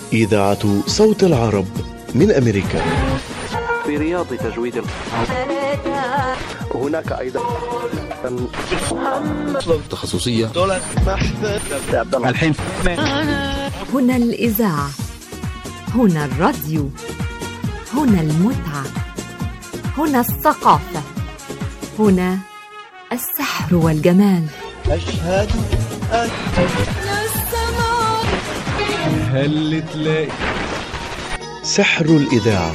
إذاعة صوت العرب من أمريكا. في رياض تجويد هناك أيضا تخصصية الحين هنا الإذاعة، هنا الراديو، هنا المتعة، هنا الثقافة، هنا السحر والجمال. أشهد أن هل تلاقي سحر الإذاعة.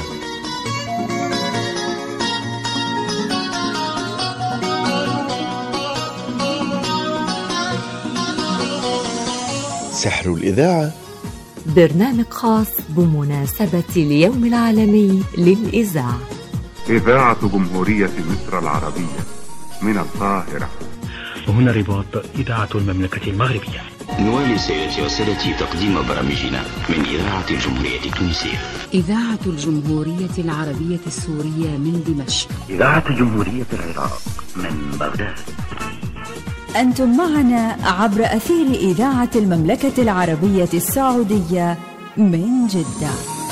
سحر الإذاعة برنامج خاص بمناسبة اليوم العالمي للإذاعة. إذاعة جمهورية مصر العربية من القاهرة. وهنا رباط إذاعة المملكة المغربية. نوالي سيدتي وسادتي تقديم برامجنا من إذاعة الجمهورية التونسية. إذاعة الجمهورية العربية السورية من دمشق. إذاعة جمهورية العراق من بغداد. أنتم معنا عبر أثير إذاعة المملكة العربية السعودية من جدة.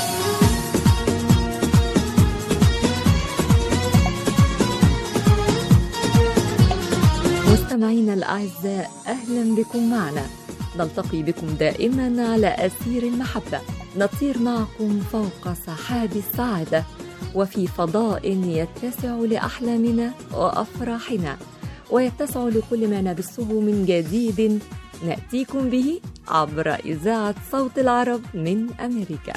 مستمعينا الأعزاء، أهلا بكم معنا. نلتقي بكم دائما على أثير المحبة، نطير معكم فوق سحاب السعادة وفي فضاء يتسع لأحلامنا وأفراحنا ويتسع لكل ما نبثه من جديد نأتيكم به عبر إذاعة صوت العرب من أمريكا.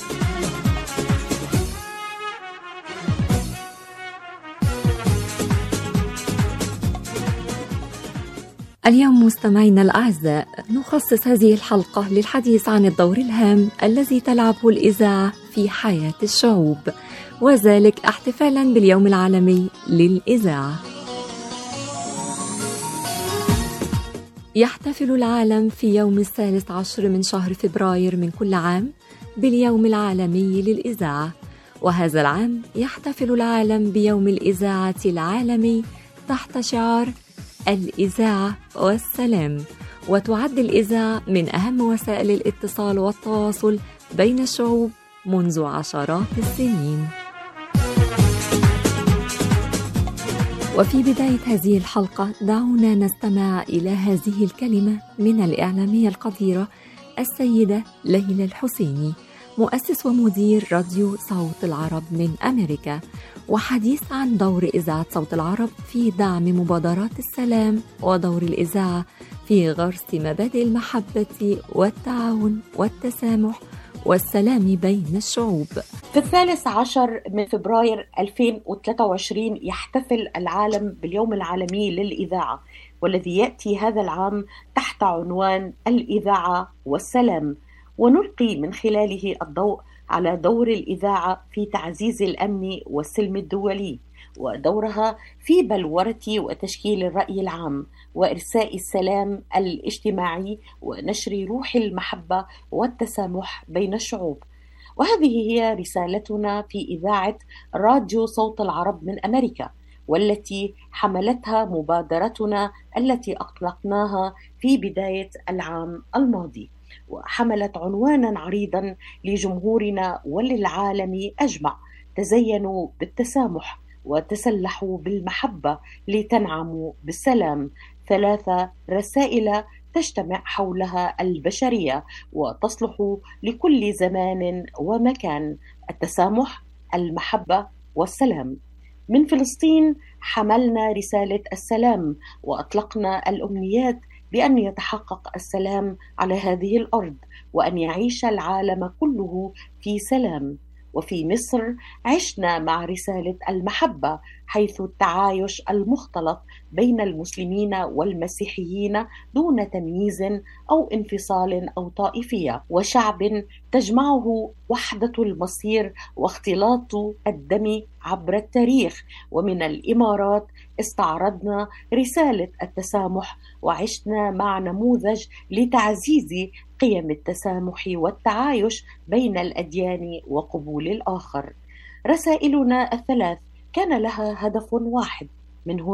اليوم مستمعينا الأعزاء نخصص هذه الحلقة للحديث عن الدور الهام الذي تلعبه الإذاعة في حياة الشعوب، وذلك احتفالا باليوم العالمي للإذاعة. يحتفل العالم في يوم 13 من شهر فبراير من كل عام باليوم العالمي للإذاعة، وهذا العام يحتفل العالم بيوم الإذاعة العالمي تحت شعار الإذاعة والسلام. وتعد الإذاعة من أهم وسائل الاتصال والتواصل بين الشعوب منذ عشرات السنين. وفي بداية هذه الحلقة دعونا نستمع إلى هذه الكلمة من الإعلامية القديرة السيدة ليلى الحسيني، مؤسس ومدير راديو صوت العرب من أمريكا، وحديث عن دور إذاعة صوت العرب في دعم مبادرات السلام ودور الإذاعة في غرس مبادئ المحبة والتعاون والتسامح والسلام بين الشعوب. في 13 من فبراير 2023 يحتفل العالم باليوم العالمي للإذاعة، والذي يأتي هذا العام تحت عنوان الإذاعة والسلام، ونلقي من خلاله الضوء على دور الإذاعة في تعزيز الأمن والسلم الدولي، ودورها في بلورة وتشكيل الرأي العام وإرساء السلام الاجتماعي ونشر روح المحبة والتسامح بين الشعوب. وهذه هي رسالتنا في إذاعة راديو صوت العرب من أمريكا، والتي حملتها مبادرتنا التي أطلقناها في بداية العام الماضي، وحملت عنوانا عريضا لجمهورنا وللعالم أجمع: تزينوا بالتسامح وتسلحوا بالمحبة لتنعموا بالسلام. 3 رسائل تجتمع حولها البشرية وتصلح لكل زمان ومكان: التسامح، المحبة والسلام. من فلسطين حملنا رسالة السلام وأطلقنا الأمنيات بأن يتحقق السلام على هذه الأرض وأن يعيش العالم كله في سلام. وفي مصر عشنا مع رسالة المحبة، حيث التعايش المختلط بين المسلمين والمسيحيين دون تمييز أو انفصال أو طائفية، وشعب تجمعه وحدة المصير واختلاط الدم عبر التاريخ. ومن الإمارات استعرضنا رسالة التسامح وعشنا مع نموذج لتعزيز قيم التسامح والتعايش بين الأديان وقبول الآخر. رسائلنا الثلاث كان لها هدف واحد: من هنا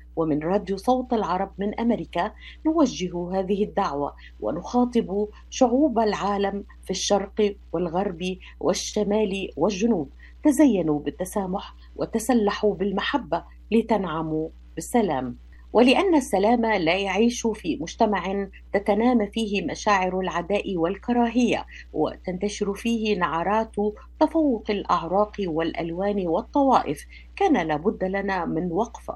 ومن راديو صوت العرب من أمريكا نوجه هذه الدعوة ونخاطب شعوب العالم في الشرق والغرب والشمال والجنوب: تزينوا بالتسامح وتسلحوا بالمحبة لتنعموا بالسلام. ولأن السلام لا يعيش في مجتمع تتنامى فيه مشاعر العداء والكراهية وتنتشر فيه نعرات تفوق الأعراق والألوان والطوائف، كان لابد لنا من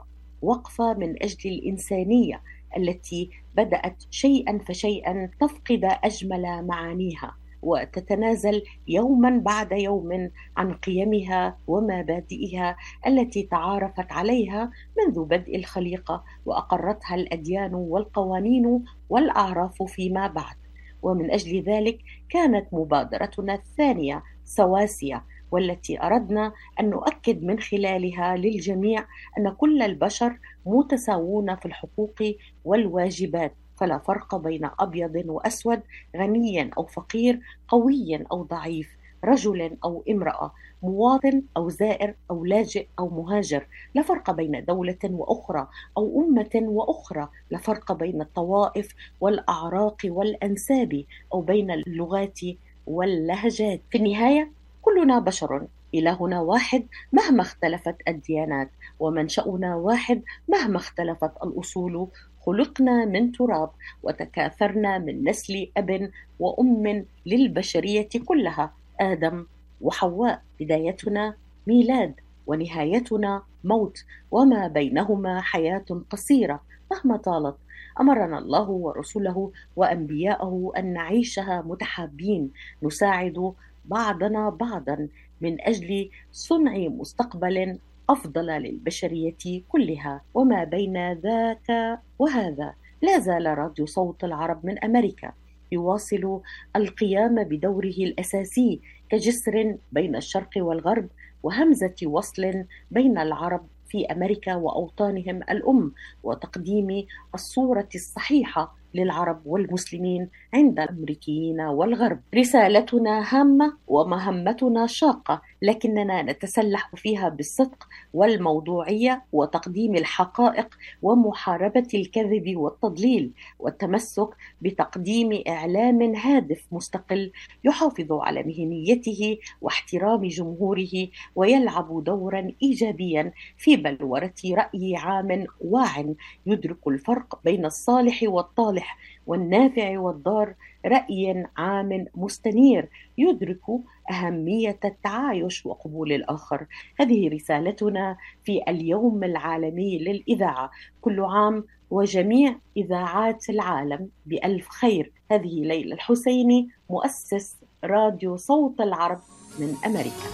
وقفة من أجل الإنسانية التي بدأت شيئا فشيئا تفقد أجمل معانيها وتتنازل يوما بعد يوم عن قيمها ومبادئها التي تعارفت عليها منذ بدء الخليقة وأقرتها الأديان والقوانين والأعراف فيما بعد. ومن أجل ذلك كانت مبادرتنا الثانية سواسية، والتي أردنا أن نؤكد من خلالها للجميع أن كل البشر متساوون في الحقوق والواجبات، فلا فرق بين أبيض وأسود، غني أو فقير، قوي أو ضعيف، رجل أو امرأة، مواطن أو زائر أو لاجئ أو مهاجر، لا فرق بين دولة وأخرى أو أمة وأخرى، لا فرق بين الطوائف والأعراق والأنساب أو بين اللغات واللهجات. في النهاية كلنا بشر، إلهنا واحد مهما اختلفت الديانات، ومنشأنا واحد مهما اختلفت الأصول. خلقنا من تراب وتكاثرنا من نسل أب وأم للبشرية كلها، آدم وحواء. بدايتنا ميلاد ونهايتنا موت، وما بينهما حياة قصيرة مهما طالت. أمرنا الله ورسوله وأنبياءه أن نعيشها متحابين، نساعد بعضنا بعضا من أجل صنع مستقبل أفضل للبشرية كلها. وما بين ذاك وهذا لا زال راديو صوت العرب من أمريكا يواصل القيام بدوره الأساسي كجسر بين الشرق والغرب وهمزة وصل بين العرب في أمريكا وأوطانهم الأم، وتقديم الصورة الصحيحة للعرب والمسلمين عند الأمريكيين والغرب. رسالتنا هامة ومهمتنا شاقة، لكننا نتسلح فيها بالصدق والموضوعية وتقديم الحقائق ومحاربة الكذب والتضليل، والتمسك بتقديم إعلام هادف مستقل يحافظ على مهنيته واحترام جمهوره ويلعب دورا إيجابيا في بلورة رأي عام واع يدرك الفرق بين الصالح والطالح والنافع والضار، رأي عام مستنير يدرك أهمية التعايش وقبول الآخر. هذه رسالتنا في اليوم العالمي للإذاعة. كل عام وجميع إذاعات العالم بألف خير. هذه ليلى الحسيني، مؤسس راديو صوت العرب من أمريكا.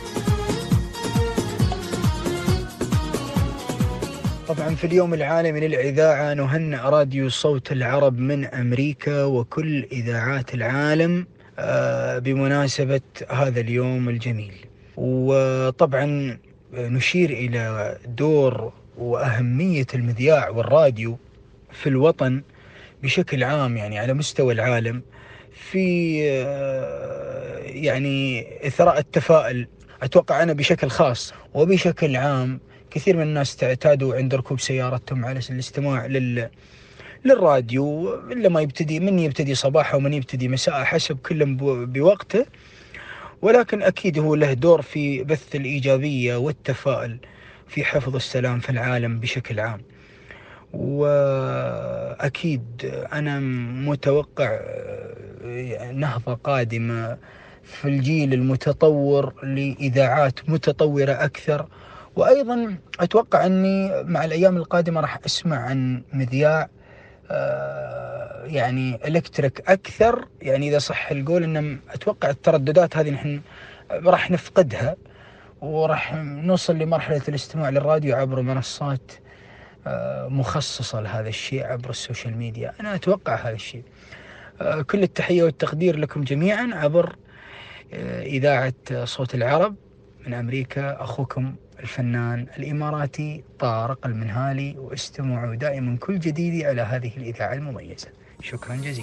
طبعا في اليوم العالمي للإذاعة نهنئ راديو صوت العرب من أمريكا وكل إذاعات العالم بمناسبة هذا اليوم الجميل. وطبعا نشير إلى دور وأهمية المذياع والراديو في الوطن بشكل عام، يعني على مستوى العالم، في يعني إثراء التفاؤل. أتوقع أنا بشكل خاص وبشكل عام كثير من الناس تعتادوا عند ركوب سيارتهم على الاستماع للراديو، إلا ما من يبتدي صباحه ومن يبتدي مساء، حسب كل بوقته، ولكن أكيد هو له دور في بث الإيجابية والتفاؤل في حفظ السلام في العالم بشكل عام. وأكيد أنا متوقع نهضة قادمة في الجيل المتطور لإذاعات متطورة أكثر. وأيضا أتوقع أني مع الأيام القادمة راح أسمع عن مذياع يعني إلكتريك أكثر، يعني إذا صح القول، أن أتوقع الترددات هذه نحن راح نفقدها، وراح نوصل لمرحلة الاستماع للراديو عبر منصات مخصصة لهذا الشيء عبر السوشيال ميديا. أنا أتوقع هذا الشيء. كل التحية والتقدير لكم جميعا عبر إذاعة صوت العرب من أمريكا. أخوكم الفنان الإماراتي طارق المنهالي، واستمعوا دائما كل جديد على هذه الإذاعة المميزة. شكرا جزيلا.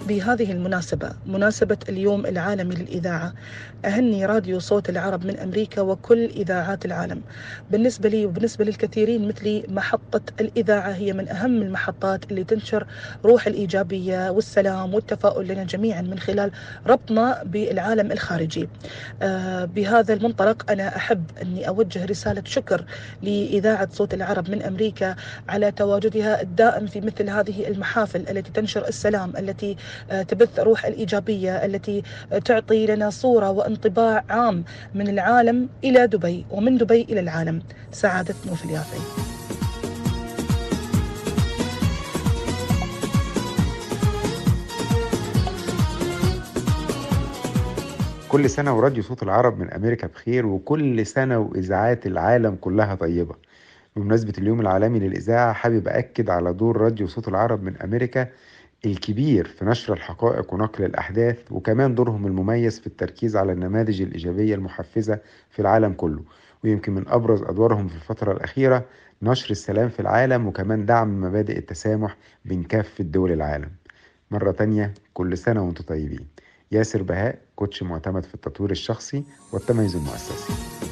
بهذه المناسبة، مناسبة اليوم العالمي للإذاعة، أهني راديو صوت العرب من أمريكا وكل إذاعات العالم. بالنسبة لي وبالنسبة للكثيرين مثلي، محطة الإذاعة هي من أهم المحطات اللي تنشر روح الإيجابية والسلام والتفاؤل لنا جميعا من خلال ربطنا بالعالم الخارجي. بهذا المنطلق أنا أحب أني أوجه رسالة شكر لإذاعة صوت العرب من أمريكا على تواجدها الدائم في مثل هذه المحافل التي تنشر السلام، التي تبث روح الإيجابية، التي تعطي لنا صورة وانطباع عام من العالم إلى دبي ومن دبي إلى العالم. سعادة نوف اليافعي. كل سنة وراديو صوت العرب من أمريكا بخير، وكل سنة وإذاعات العالم كلها طيبة. بمناسبة اليوم العالمي للإذاعة، حابب أكد على دور راديو صوت العرب من أمريكا الكبير في نشر الحقائق ونقل الأحداث، وكمان دورهم المميز في التركيز على النماذج الإيجابية المحفزة في العالم كله. ويمكن من أبرز أدوارهم في الفترة الأخيرة نشر السلام في العالم، وكمان دعم مبادئ التسامح بين كافة دول العالم. مرة تانية كل سنة وانتم طيبين. ياسر بهاء، كوتش معتمد في التطوير الشخصي والتميز المؤسسي.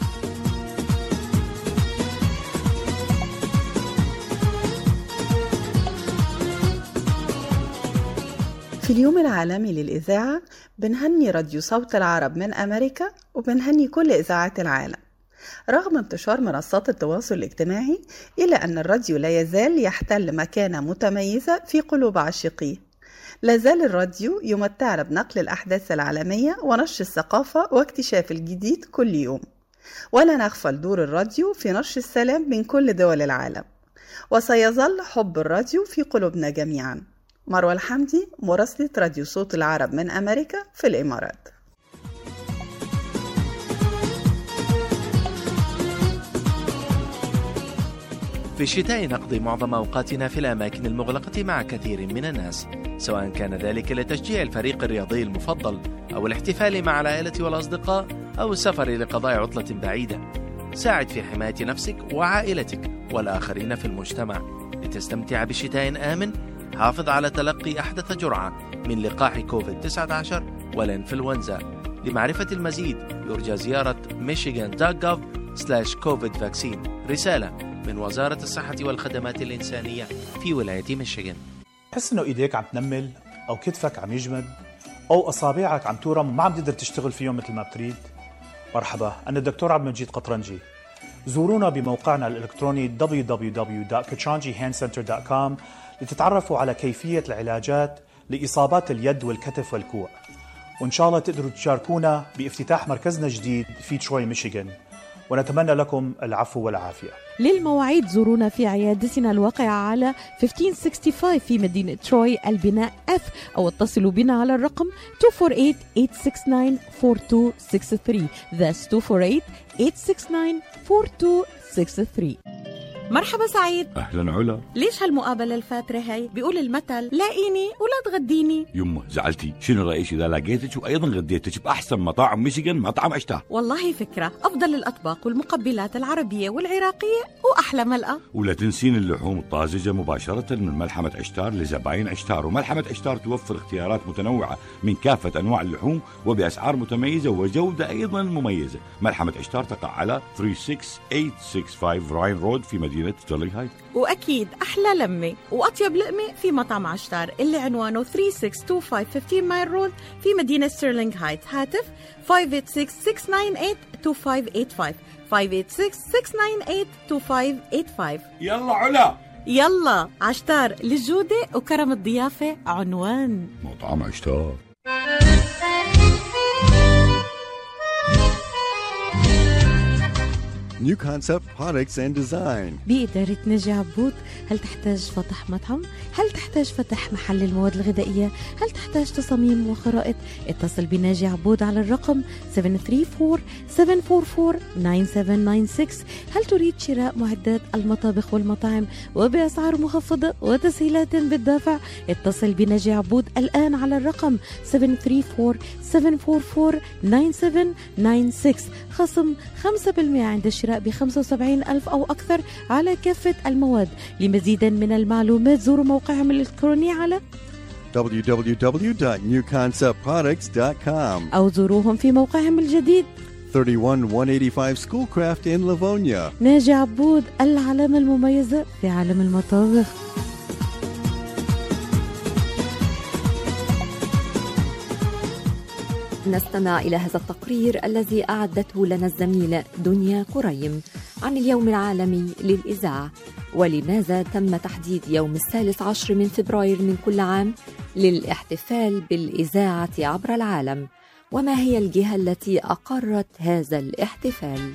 في اليوم العالمي للإذاعة بنهني راديو صوت العرب من أمريكا، وبنهني كل إذاعات العالم. رغم انتشار منصات التواصل الاجتماعي، إلا أن الراديو لا يزال يحتل مكانة متميزة في قلوب عاشقيه. لا زال الراديو يمتعنا بنقل الأحداث العالمية ونشر الثقافة واكتشاف الجديد كل يوم، ولا نغفل دور الراديو في نشر السلام بين كل دول العالم، وسيظل حب الراديو في قلوبنا جميعا. مروة الحمدي، مراسلة راديو صوت العرب من أمريكا في الإمارات. في الشتاء نقضي معظم أوقاتنا في الأماكن المغلقة مع كثير من الناس، سواء كان ذلك لتشجيع الفريق الرياضي المفضل أو الاحتفال مع العائلة والأصدقاء أو السفر لقضاء عطلة بعيدة. ساعد في حماية نفسك وعائلتك والآخرين في المجتمع لتستمتع بشتاء آمن. حافظ على تلقي أحدث جرعة من لقاح كوفيد-19 والإنفلونزا. لمعرفة المزيد يرجى زيارة michigan.gov/covid-vaccine. رسالة من وزارة الصحة والخدمات الإنسانية في ولاية ميشيغان. تحس إنه إيديك عم تنمل أو كتفك عم يجمد أو أصابعك عم تورم وما عم تقدر تشتغل فيهم مثل ما بتريد؟ مرحبا، أنا الدكتور عبد المجيد قطرنجي. زورونا بموقعنا الإلكتروني www.kachanjihandcenter.com لتتعرفوا على كيفية العلاجات لإصابات اليد والكتف والكوع، وإن شاء الله تقدروا تشاركونا بافتتاح مركزنا الجديد في تروي ميشيغان، ونتمنى لكم العفو والعافية. للمواعيد زورونا في عيادتنا الواقعة على 1565 في مدينة تروي البناء F، أو اتصلوا بنا على الرقم 248-869-4263. That's 248-869-4263. مرحبا سعيد. أهلا علا. ليش هالمقابلة الفاترة هاي؟ بيقول المثل لاقيني ولا تغديني. يمه زعلتي، شنو رأيك إذا لقيتك وأيضا غديتك بأحسن مطاعم ميشيغان، مطعم عشتار؟ والله فكرة، أفضل الأطباق والمقبلات العربية والعراقية وأحلى ملقا. ولا تنسين اللحوم الطازجة مباشرة من ملحمة عشتار لزباين عشتار. وملحمة عشتار توفر اختيارات متنوعة من كافة أنواع اللحوم وبأسعار متميزة وجودة أيضا مميزة. ملحمة عشتار تقع على 36865 راين رود في مدينة ستيرلينغ هايت. وأكيد أحلى لمة وأطيب لقمة في مطعم عشتار اللي عنوانه 3625 15 مايل رود في مدينة ستيرلينغ هايت. هاتف 586-698-2585 586-698-2585. يلا علا، يلا عشتار، للجودة وكرم الضيافة عنوان مطعم عشتار. New Concept Products and Design بإدارة ناجي عبود. هل تحتاج فتح مطعم؟ هل تحتاج فتح محل المواد الغذائية؟ هل تحتاج تصاميم وخرائط؟ اتصل بناجي عبود على الرقم 734-744-9796. هل تريد شراء معدات المطابخ والمطاعم وبأسعار مخفضة وتسهيلات بالدافع؟ اتصل بناجي عبود الآن على الرقم 734-744-9796. خصم 5% عند الشراء ب75,000 أو أكثر على كافة المواد. لمزيد من المعلومات زوروا موقعهم الإلكتروني على www.newconceptproducts.com أو زوروهم في موقعهم الجديد 31185 Schoolcraft in Livonia. ناجي عبود، العلامة المميزة في عالم المطابخ. نستمع إلى هذا التقرير الذي أعدته لنا الزميلة دنيا كريم عن اليوم العالمي للإذاعة، ولماذا تم تحديد يوم 13 من فبراير من كل عام للاحتفال بالإذاعة عبر العالم، وما هي الجهة التي أقرت هذا الاحتفال.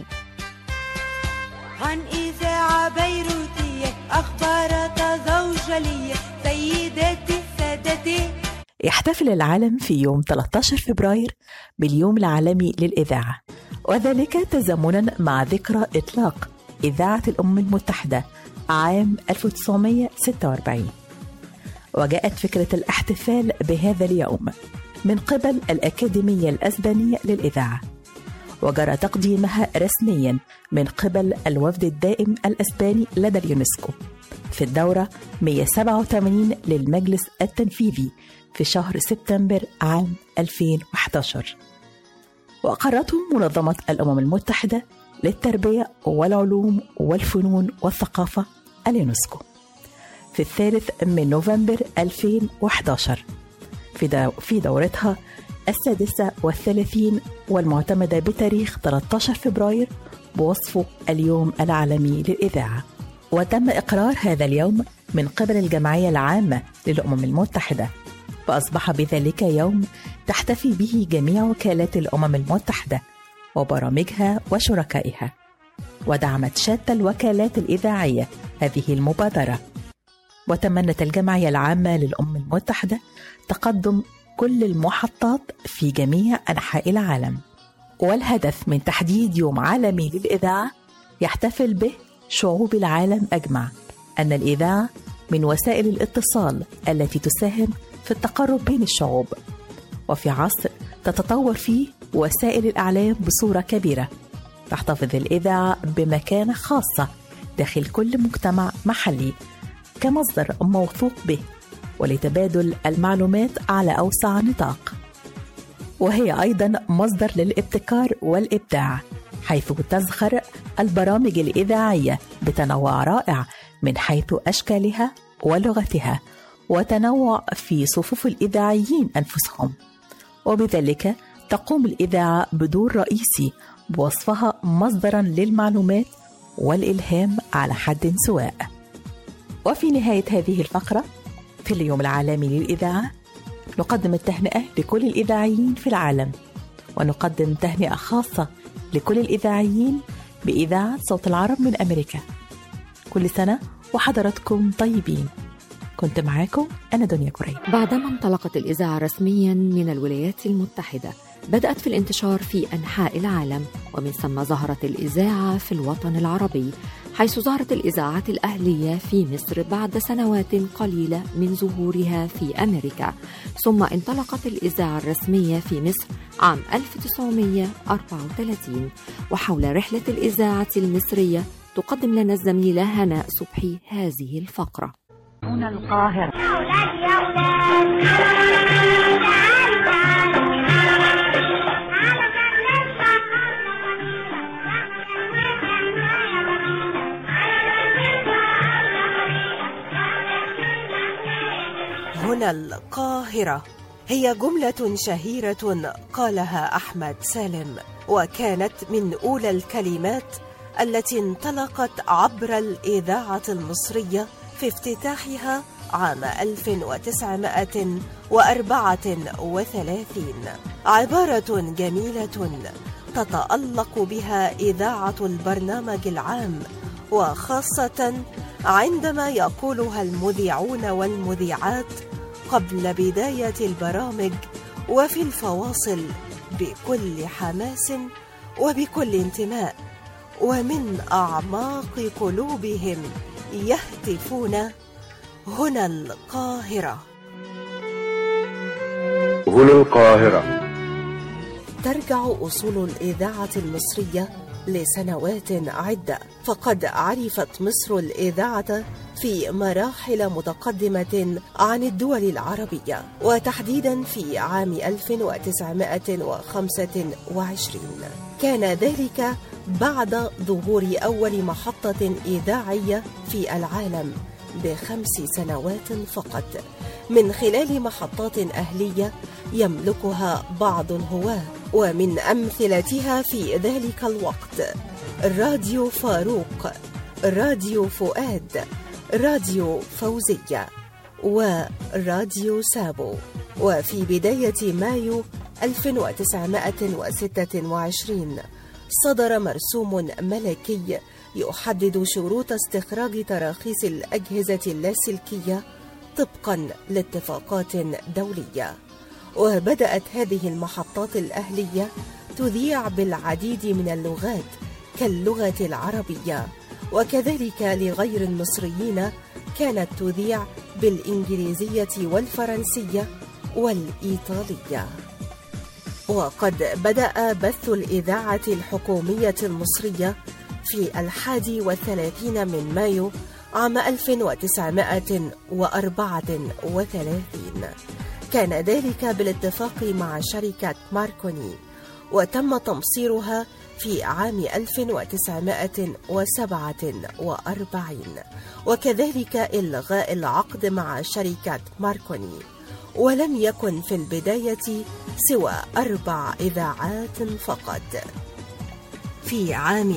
عن إذاعة بيروتية أخبار تزوجلية سيداتي سادتي. يحتفل العالم في يوم 13 فبراير باليوم العالمي للإذاعة، وذلك تزامنا مع ذكرى إطلاق إذاعة الأمم المتحدة عام 1946. وجاءت فكرة الاحتفال بهذا اليوم من قبل الأكاديمية الأسبانية للإذاعة، وجرى تقديمها رسميا من قبل الوفد الدائم الأسباني لدى اليونسكو في الدورة 187 للمجلس التنفيذي في شهر سبتمبر عام 2011. وأقرته منظمة الأمم المتحدة للتربية والعلوم والفنون والثقافة اليونسكو في 3 نوفمبر 2011 في دورتها 36 والمعتمدة بتاريخ 13 فبراير بوصفه اليوم العالمي للإذاعة. وتم إقرار هذا اليوم من قبل الجمعية العامة للأمم المتحدة، فأصبح بذلك يوم تحتفي به جميع وكالات الأمم المتحدة وبرامجها وشركائها. ودعمت شتى الوكالات الإذاعية هذه المبادرة، وتمنت الجمعية العامة للأمم المتحدة تقدم كل المحطات في جميع أنحاء العالم. والهدف من تحديد يوم عالمي للإذاعة يحتفل به شعوب العالم أجمع أن الإذاعة من وسائل الاتصال التي تساهم في التقرب بين الشعوب، وفي عصر تتطور فيه وسائل الإعلام بصورة كبيرة، تحتفظ الإذاعة بمكانة خاصة داخل كل مجتمع محلي كمصدر موثوق به ولتبادل المعلومات على أوسع نطاق، وهي أيضا مصدر للابتكار والإبداع، حيث تزخر البرامج الإذاعية بتنوع رائع من حيث أشكالها ولغتها وتنوع في صفوف الإذاعيين أنفسهم. وبذلك تقوم الإذاعة بدور رئيسي بوصفها مصدرا للمعلومات والإلهام على حد سواء. وفي نهاية هذه الفقرة في اليوم العالمي للإذاعة نقدم التهنئة لكل الإذاعيين في العالم، ونقدم تهنئة خاصة لكل الإذاعيين بإذاعة صوت العرب من أمريكا. كل سنة وحضراتكم طيبين. كنت معاكم أنا دنيا كريم. بعدما انطلقت الإذاعة رسميا من الولايات المتحدة، بدأت في الانتشار في أنحاء العالم، ومن ثم ظهرت الإذاعة في الوطن العربي، حيث ظهرت الإذاعات الأهلية في مصر بعد سنوات قليلة من ظهورها في أمريكا، ثم انطلقت الإذاعة الرسمية في مصر عام 1934. وحول رحلة الإذاعة المصرية تقدم لنا الزميلة هناء صبحي هذه الفقرة. هنا القاهرة. هنا القاهرة هي جملة شهيرة قالها أحمد سالم، وكانت من أولى الكلمات التي انطلقت عبر الإذاعة المصرية في افتتاحها عام 1934. عبارة جميلة تتألق بها إذاعة البرنامج العام، وخاصة عندما يقولها المذيعون والمذيعات قبل بداية البرامج وفي الفواصل بكل حماس وبكل انتماء، ومن أعماق قلوبهم يهتفون: هنا القاهرة. هنا القاهرة. ترجع أصول الإذاعة المصرية لسنوات عدة، فقد عرفت مصر الإذاعة في مراحل متقدمة عن الدول العربية، وتحديدا في عام 1925. كان ذلك بعد ظهور أول محطة إذاعية في العالم ب5 سنوات فقط، من خلال محطات أهلية يملكها بعض الهواة، ومن أمثلتها في ذلك الوقت راديو فاروق، راديو فؤاد، راديو فوزية، وراديو سابو. وفي بداية مايو 1926 صدر مرسوم ملكي يحدد شروط استخراج تراخيص الأجهزة اللاسلكية طبقا لاتفاقات دولية، وبدأت هذه المحطات الأهلية تذيع بالعديد من اللغات كاللغة العربية، وكذلك لغير المصريين كانت تذيع بالإنجليزية والفرنسية والإيطالية. وقد بدأ بث الإذاعة الحكومية المصرية في 31 من مايو عام 1934. كان ذلك بالاتفاق مع شركة ماركوني، وتم تمصيرها في عام 1947، وكذلك إلغاء العقد مع شركة ماركوني، ولم يكن في البداية سوى 4 إذاعات فقط. في عام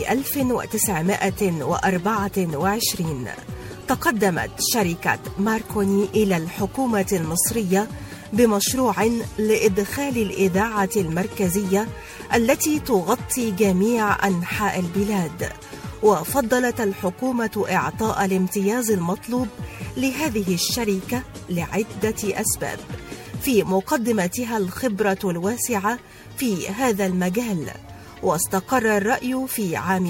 1924 تقدمت شركة ماركوني إلى الحكومة المصرية بمشروع لإدخال الإذاعة المركزية التي تغطي جميع أنحاء البلاد، وفضلت الحكومة إعطاء الامتياز المطلوب لهذه الشركة لعدة أسباب، في مقدمتها الخبرة الواسعة في هذا المجال. واستقر الرأي في عام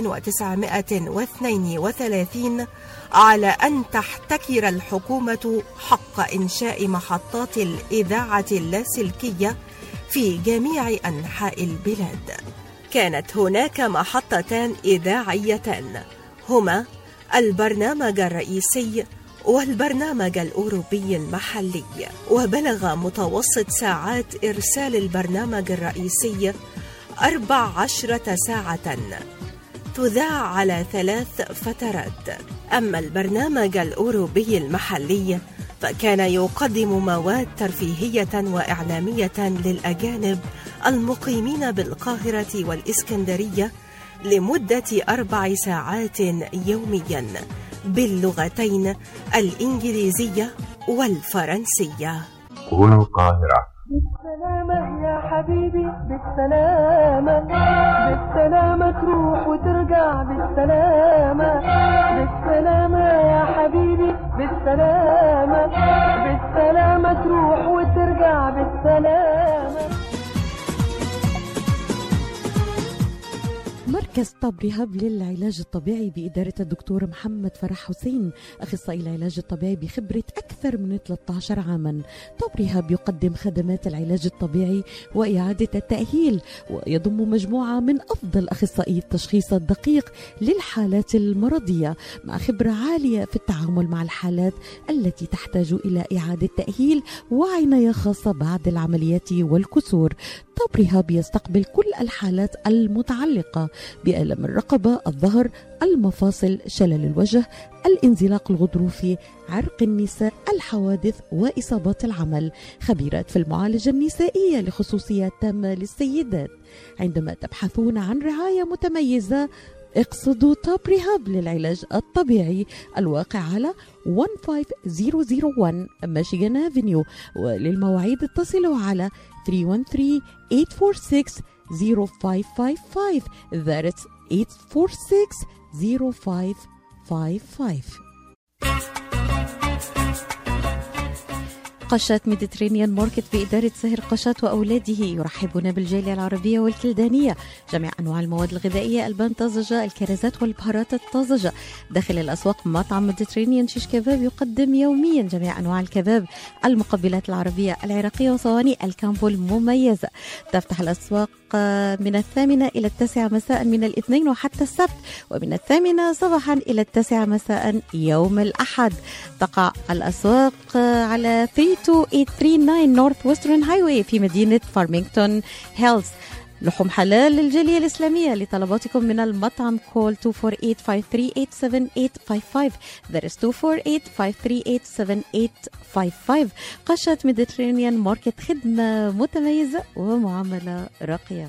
1932 على أن تحتكر الحكومة حق إنشاء محطات الإذاعة اللاسلكية في جميع أنحاء البلاد. كانت هناك محطتان إذاعيتان، هما البرنامج الرئيسي والبرنامج الأوروبي المحلي، وبلغ متوسط ساعات إرسال البرنامج الرئيسي 14 ساعة تذاع على 3 فترات. أما البرنامج الأوروبي المحلي فكان يقدم مواد ترفيهية وإعلامية للأجانب المقيمين بالقاهرة والإسكندرية لمدة 4 ساعات يوميا باللغتين الإنجليزية والفرنسية. هنا القاهرة. بالسلامة يا حبيبي، بالسلامة، بالسلامة تروح وترجع، بالسلامة، بالسلامة يا حبيبي، بالسلامة، بالسلامة تروح وترجع، بالسلامة. مركز طب رهاب للعلاج الطبيعي بإدارة الدكتور محمد فرح حسين، أخصائي العلاج الطبيعي بخبرة أكثر من 13 عاما. طب رهاب يقدم خدمات العلاج الطبيعي وإعادة التأهيل، ويضم مجموعة من أفضل أخصائي التشخيص الدقيق للحالات المرضية، مع خبرة عالية في التعامل مع الحالات التي تحتاج إلى إعادة تأهيل وعناية خاصة بعد العمليات والكسور. طب رهاب يستقبل كل الحالات المتعلقة بألم الرقبة، الظهر، المفاصل، شلل الوجه، الانزلاق الغضروفي، عرق النساء، الحوادث وإصابات العمل. خبيرات في المعالجة النسائية لخصوصيات تامة للسيدات. عندما تبحثون عن رعاية متميزة اقصدوا توب ريهاب للعلاج الطبيعي، الواقع على 15001 ميشيغان افنيو، وللمواعيد اتصلوا على 313-846-0555. That's 846-0555. قشات ميديترينيان ماركت بإدارة سهر قشات وأولاده يرحبون بالجالية العربية والكلدانية. جميع أنواع المواد الغذائية، البان طازجة، الكرزات والبهارات الطازجة. داخل الأسواق مطعم ميديترينيان شيش كباب يقدم يوميا جميع أنواع الكباب، المقبلات العربية العراقية وصواني الكامبو المميزة. تفتح الأسواق من 8 إلى 9 مساء من الاثنين وحتى السبت، ومن 8 صباحا إلى 9 مساء يوم الأحد. تقع الأسواق على 32839 نورث ويسترن هايوي في مدينة فارمينغتون هيلز. لحوم حلال للجالية الإسلامية. لطلباتكم من المطعم كول 248-538-7855. That is 248-538-7855. قشة ميديترينيان ماركت، خدمة متميزة ومعاملة راقية.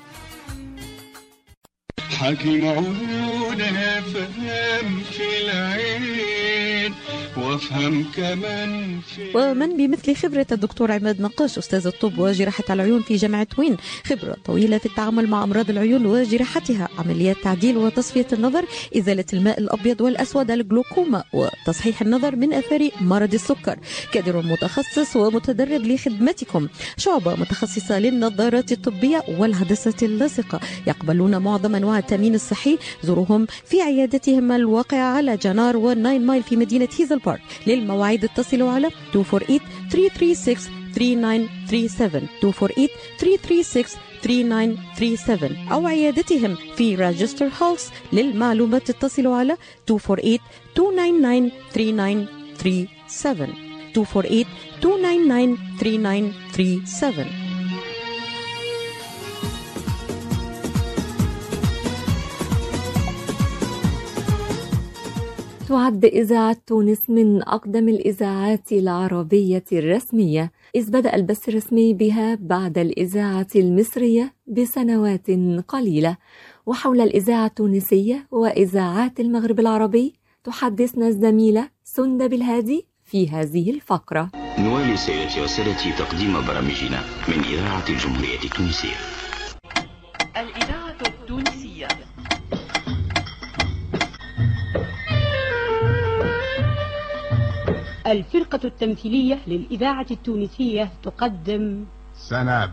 حكي معونه فهم في العين وافهم كمان في. ومن بمثل خبرة الدكتور عماد نقاش أستاذ الطب وجراحة العيون في جامعة وين، خبرة طويلة في التعامل مع أمراض العيون وجراحتها، عمليات تعديل وتصفية النظر، إزالة الماء الأبيض والأسود، الجلوكوما، وتصحيح النظر من أثار مرض السكر. كادر متخصص ومتدرب لخدمتكم. شعبة متخصصة للنظارات الطبية والهندسة اللاصقة. يقبلون معظم أنواع التأمين الصحي. زورهم في عيادتهم الواقعة على جنار والناين مايل في مدينة هيزل بارك. للمواعيد اتصلوا على 248-336-3937 248-336-3937 أو عيادتهم في راجستر هولس. للمعلومات اتصلوا على 248-299-3937 248-299-3937. تعد إذاعة تونس من أقدم الإذاعات العربية الرسمية، إذ بدأ البث الرسمي بها بعد الإذاعة المصرية بسنوات قليلة. وحول الإذاعة التونسية وإذاعات المغرب العربي تحدثنا الزميلة سندة بالهادي في هذه الفقرة. نوالي سيدتي وسادتي تقديم برامجنا من إذاعة الجمهورية التونسية. الإذاعة التونسية. الفرقة التمثيلية للإذاعة التونسية تقدم سناب.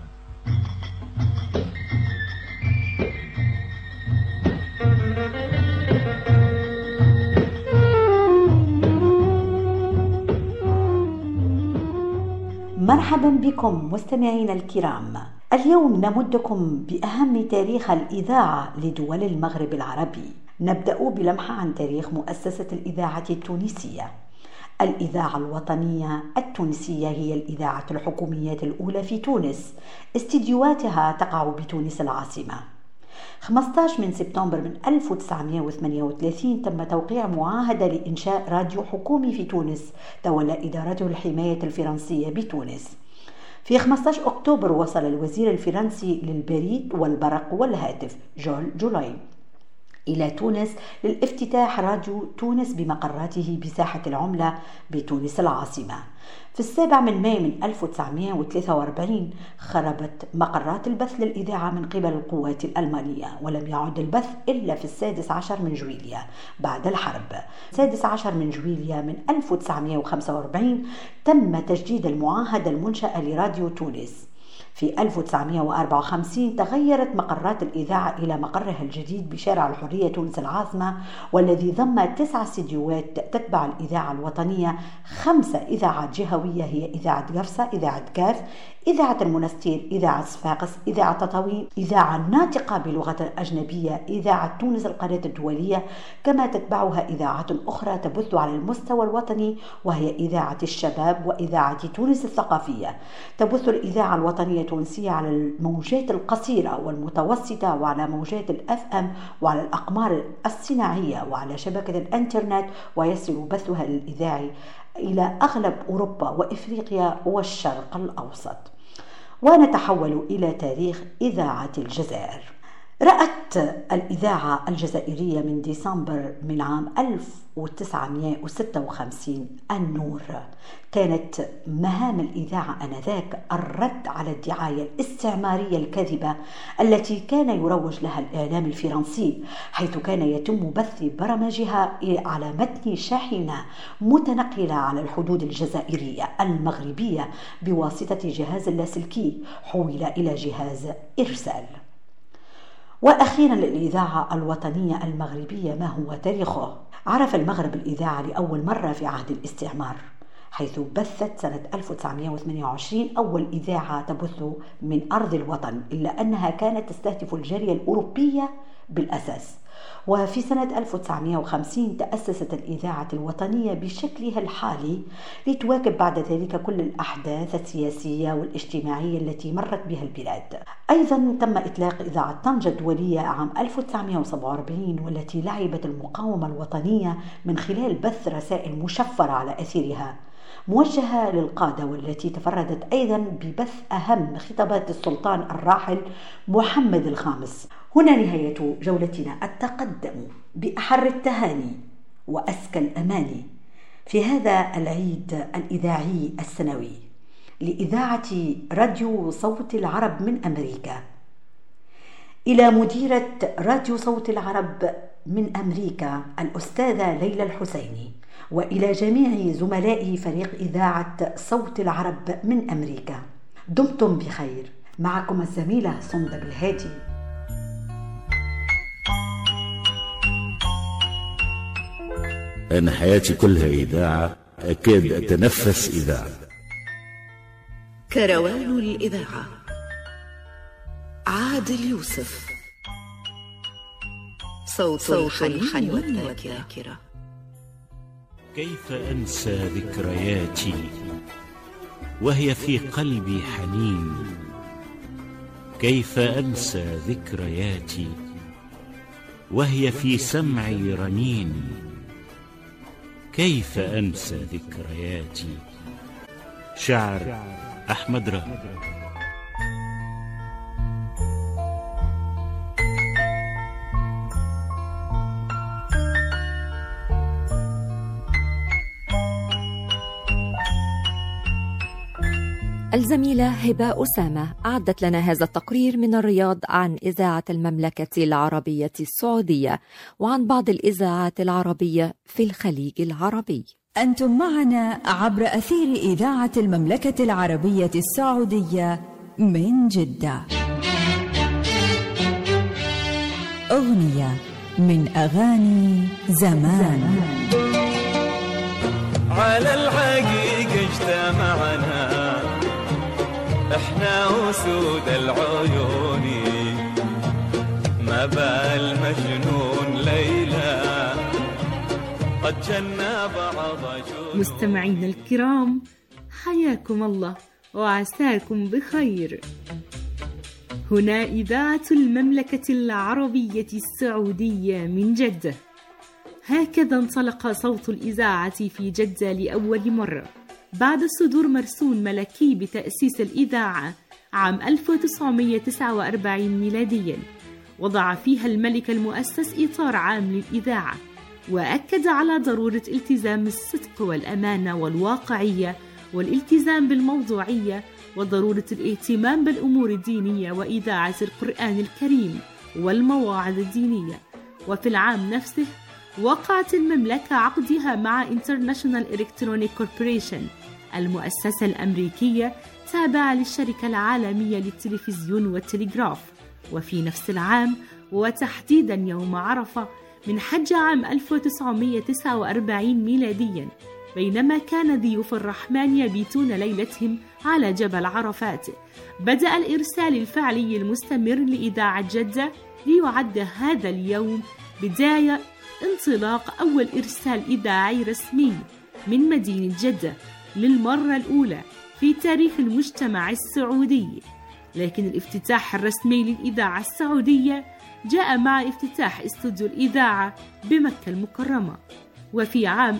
مرحبا بكم مستمعينا الكرام. اليوم نمدكم بأهم تاريخ الإذاعة لدول المغرب العربي. نبدأ بلمحة عن تاريخ مؤسسة الإذاعة التونسية. الإذاعة الوطنية التونسية هي الإذاعة الحكومية الأولى في تونس. استديوهاتها تقع بتونس العاصمة. 15 من سبتمبر من 1938 تم توقيع معاهدة لإنشاء راديو حكومي في تونس تولى إدارته الحماية الفرنسية بتونس. في 15 أكتوبر وصل الوزير الفرنسي للبريد والبرق والهاتف جول جولاي إلى تونس للافتتاح راديو تونس بمقراته بساحة العملة بتونس العاصمة. في 7 من مايو من 1943 خربت مقرات البث للإذاعة من قبل القوات الألمانية، ولم يعد البث إلا في 16 من جويلية بعد الحرب. 16 من جويلية من 1945 تم تجديد المعاهدة المنشأة لراديو تونس. في 1954 تغيرت مقرات الإذاعة إلى مقرها الجديد بشارع الحرية تونس العاصمة، والذي ضم 9 استديوهات تتبع الإذاعة الوطنية، 5 إذاعات جهوية هي إذاعة قفصة، إذاعة كاف، إذاعة المنستير، إذاعة صفاقس، إذاعة تطاوين، إذاعة ناطقة بلغة أجنبية، إذاعة تونس القناة الدولية، كما تتبعها إذاعات أخرى تبث على المستوى الوطني وهي إذاعة الشباب وإذاعة تونس الثقافية. تبث الإذاعة الوطنية التونسية على الموجات القصيرة والمتوسطة وعلى موجات الFM وعلى الأقمار الصناعية وعلى شبكة الإنترنت، ويصل بثها الإذاعي إلى أغلب أوروبا وإفريقيا والشرق الأوسط. ونتحول إلى تاريخ إذاعة الجزائر. رأت الإذاعة الجزائرية من ديسمبر من عام 1956 النور. كانت مهام الإذاعة آنذاك الرد على الدعاية الاستعمارية الكاذبة التي كان يروج لها الإعلام الفرنسي، حيث كان يتم بث برامجها على متن شاحنة متنقلة على الحدود الجزائرية المغربية بواسطة جهاز اللاسلكي حول إلى جهاز إرسال. وأخيرا للإذاعة الوطنية المغربية، ما هو تاريخه؟ عرف المغرب الإذاعة لأول مرة في عهد الاستعمار، حيث بثت سنة 1928 أول إذاعة تبث من أرض الوطن، إلا أنها كانت تستهدف الجالية الأوروبية بالأساس. وفي سنة 1950 تأسست الإذاعة الوطنية بشكلها الحالي لتواكب بعد ذلك كل الأحداث السياسية والاجتماعية التي مرت بها البلاد. أيضا تم إطلاق إذاعة طنجة الدولية عام 1947، والتي لعبت المقاومة الوطنية من خلال بث رسائل مشفرة على أثيرها موجهة للقادة، والتي تفردت أيضا ببث أهم خطابات السلطان الراحل محمد الخامس. هنا نهاية جولتنا، التقدم بأحر التهاني وأزكى الأماني في هذا العيد الإذاعي السنوي لإذاعة راديو صوت العرب من أمريكا. إلى مديرة راديو صوت العرب من أمريكا الأستاذة ليلى الحسيني، وإلى جميع زملائي فريق إذاعة صوت العرب من أمريكا، دمتم بخير. معكم الزميلة صندة بالهادي. أنا حياتي كلها إذاعة، أكاد أتنفس إذاعة. كروان الإذاعة، عادل يوسف. صوت الحنين والذاكرة. كيف أنسى ذكرياتي وهي في قلبي حنين؟ كيف أنسى ذكرياتي وهي في سمعي رنين؟ كيف أنسى ذكرياتي؟ شعر أحمد رامي. الزميلة هبة أسامة أعدت لنا هذا التقرير من الرياض عن إذاعة المملكة العربية السعودية وعن بعض الإذاعات العربية في الخليج العربي. أنتم معنا عبر أثير إذاعة المملكة العربية السعودية من جدة. أغنية من أغاني زمان. على الحقيقة اجتمعنا احنا وسود العيون، ما بال مجنون ليلى قد جنى بعض جنون. مستمعينا الكرام، حياكم الله وعساكم بخير. هنا إذاعة المملكة العربية السعودية من جدة. هكذا انطلق صوت الإذاعة في جدة لأول مرة بعد صدور مرسوم ملكي بتأسيس الإذاعة عام 1949 ميلادياً. وضع فيها الملك المؤسس إطار عام للإذاعة، وأكد على ضرورة التزام الصدق والأمانة والواقعية والالتزام بالموضوعية، وضرورة الاهتمام بالأمور الدينية وإذاعة القرآن الكريم والمواعظ الدينية. وفي العام نفسه وقعت المملكة عقدها مع International Electronic Corporation، المؤسسة الأمريكية تابعة للشركة العالمية للتلفزيون والتلغراف. وفي نفس العام وتحديدا يوم عرفة من حج عام 1949 ميلاديا، بينما كان ضيوف الرحمن يبيتون ليلتهم على جبل عرفات، بدأ الإرسال الفعلي المستمر لإذاعة جدة، ليعد هذا اليوم بداية انطلاق أول إرسال إذاعي رسمي من مدينة جدة للمرة الأولى في تاريخ المجتمع السعودي. لكن الافتتاح الرسمي للإذاعة السعودية جاء مع افتتاح استوديو الإذاعة بمكة المكرمة. وفي عام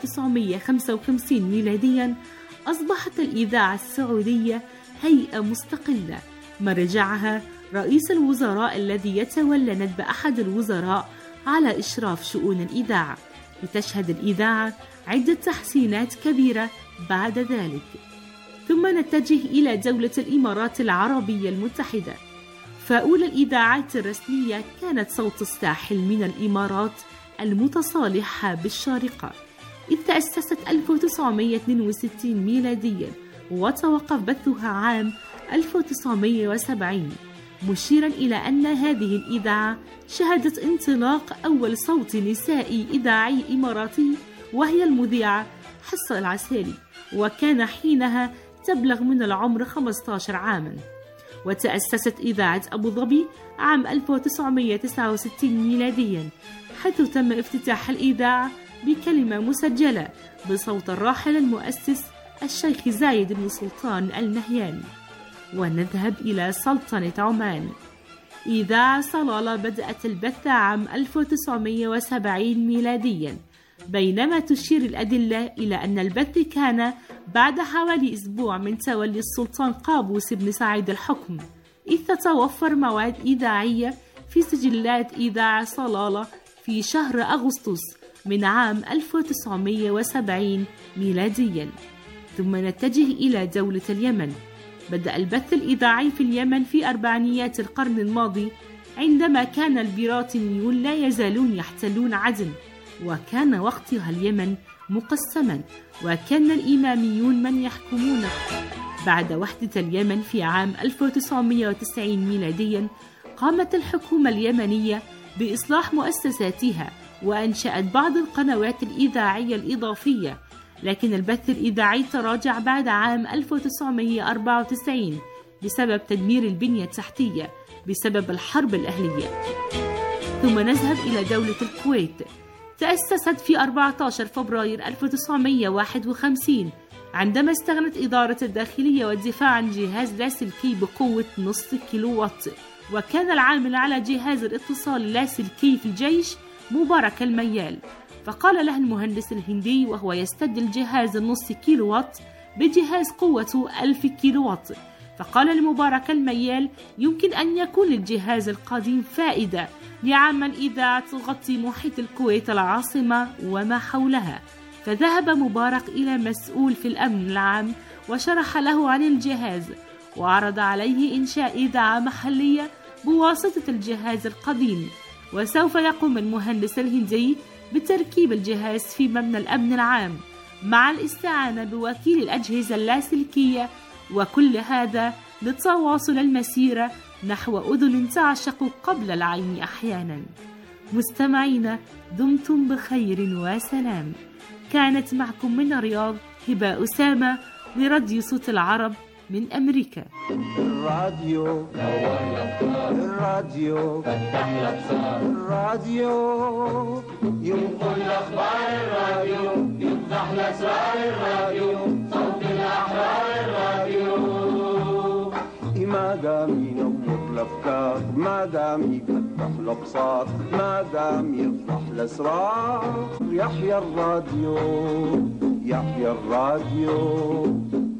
1955 ميلاديا أصبحت الإذاعة السعودية هيئة مستقلة مرجعها رئيس الوزراء الذي يتولى ندب أحد الوزراء على إشراف شؤون الإذاعة. لتشهد الإذاعة عدة تحسينات كبيرة بعد ذلك. ثم نتجه إلى دولة الإمارات العربية المتحدة، فأولى الإذاعات الرسمية كانت صوت الساحل من الإمارات المتصالحة بالشارقة، إذ تأسست 1962 ميلاديا وتوقف بثها عام 1970، مشيرا إلى أن هذه الإذاعة شهدت انطلاق أول صوت نسائي إذاعي إماراتي، وهي المذيعة حصة العسالي، وكان حينها تبلغ من العمر 15 عاما. وتأسست إذاعة أبو ظبي عام 1969 ميلاديا، حيث تم افتتاح الإذاعة بكلمة مسجلة بصوت الراحل المؤسس الشيخ زايد بن سلطان النهيان. ونذهب إلى سلطنة عمان. إذاعة صلالة بدأت البث عام 1970 ميلاديا، بينما تشير الأدلة إلى أن البث كان بعد حوالي أسبوع من تولي السلطان قابوس بن سعيد الحكم، إذ تتوفر مواد إذاعية في سجلات إذاعة صلالة في شهر أغسطس من عام 1970 ميلاديا. ثم نتجه إلى دولة اليمن. بدأ البث الإذاعي في اليمن في أربعينيات القرن الماضي، عندما كان البريطانيون لا يزالون يحتلون عدن، وكان وقتها اليمن مقسما، وكان الإماميون من يحكمونه. بعد وحدة اليمن في عام 1990 ميلاديا، قامت الحكومة اليمنية بإصلاح مؤسساتها وأنشأت بعض القنوات الإذاعية الإضافية، لكن البث الإذاعي تراجع بعد عام 1994 بسبب تدمير البنية التحتية بسبب الحرب الأهلية. ثم نذهب إلى دولة الكويت. تأسست في 14 فبراير 1951 عندما استغنت إدارة الداخلية والدفاع عن جهاز لاسلكي بقوة نصف كيلو وات، وكان العامل على جهاز الاتصال اللاسلكي في الجيش مبارك الميال. فقال له المهندس الهندي وهو يستبدل جهاز النصف كيلو وات بجهاز قوته 1000 كيلو وات، فقال لمبارك الميال يمكن أن يكون للجهاز القديم فائدة لعمل إذاعة تغطي محيط الكويت العاصمة وما حولها. فذهب مبارك إلى مسؤول في الأمن العام وشرح له عن الجهاز، وعرض عليه إنشاء إذاعة محلية بواسطة الجهاز القديم. وسوف يقوم المهندس الهندي بتركيب الجهاز في مبنى الأمن العام مع الاستعانة بوكيل الأجهزة اللاسلكية، وكل هذا لتواصل المسيرة نحو أذن تعشق قبل العين أحيانا. مستمعين، دمتم بخير وسلام. كانت معكم من الرياض هبة أسامة لراديو صوت العرب من أمريكا. الراديو الراديو الراديو ينقل أخبار الراديو، يفتح الأسرار الراديو، صوت الأحرار الراديو. ما دام ينور الأفكار، ما دام يفتح الأبصار، ما دام يفتح الأسرار، يحيى الراديو يحيى الراديو.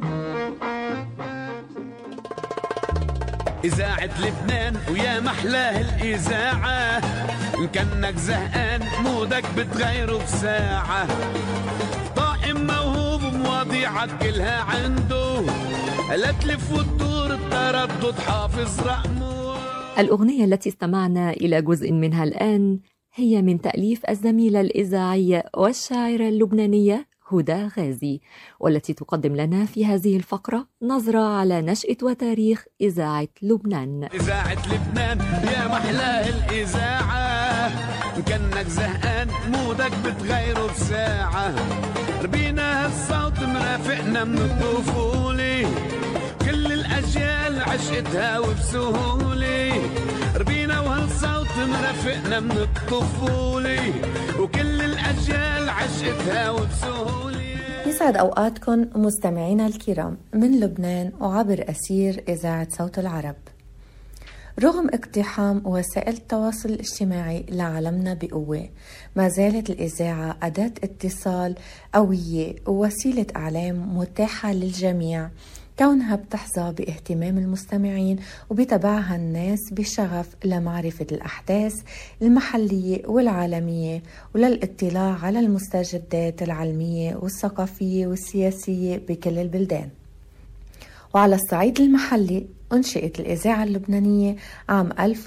إذاعة لبنان ويا محلاه الإذاعة، إن كانك زهقان مودك بتغيره بساعة، طائم موهوب مواضيعك كلها عنده، لا تلف وتدور التردد حافظ رقمه. الأغنية التي استمعنا إلى جزء منها الآن هي من تأليف الزميلة الإذاعية والشاعرة اللبنانية هدى غازي، والتي تقدم لنا في هذه الفقرة نظرة على نشأة وتاريخ إذاعة لبنان. إذاعة لبنان يا محلاه الإذاعة، إن كانك زهقان مودك بتغيره بساعة، ربينا هالصوت مرافقنا من الطفولة، كل الأجيال عشقتها وبسهولة، ربينا وهالصوت مرافقنا من الطفولة، وكل الأجيال عشقتها وبسهولة. يسعد أوقاتكم مستمعينا الكرام من لبنان وعبر أثير إذاعة صوت العرب. رغم اقتحام وسائل التواصل الاجتماعي لعالمنا بقوة، ما زالت الإذاعة أداة اتصال قوية ووسيلة إعلام متاحة للجميع، كونها بتحظى باهتمام المستمعين وبتبعها الناس بشغف لمعرفة الأحداث المحلية والعالمية وللاطلاع على المستجدات العلمية والثقافية والسياسية بكل البلدان. وعلى الصعيد المحلي أنشئت الإذاعة اللبنانية عام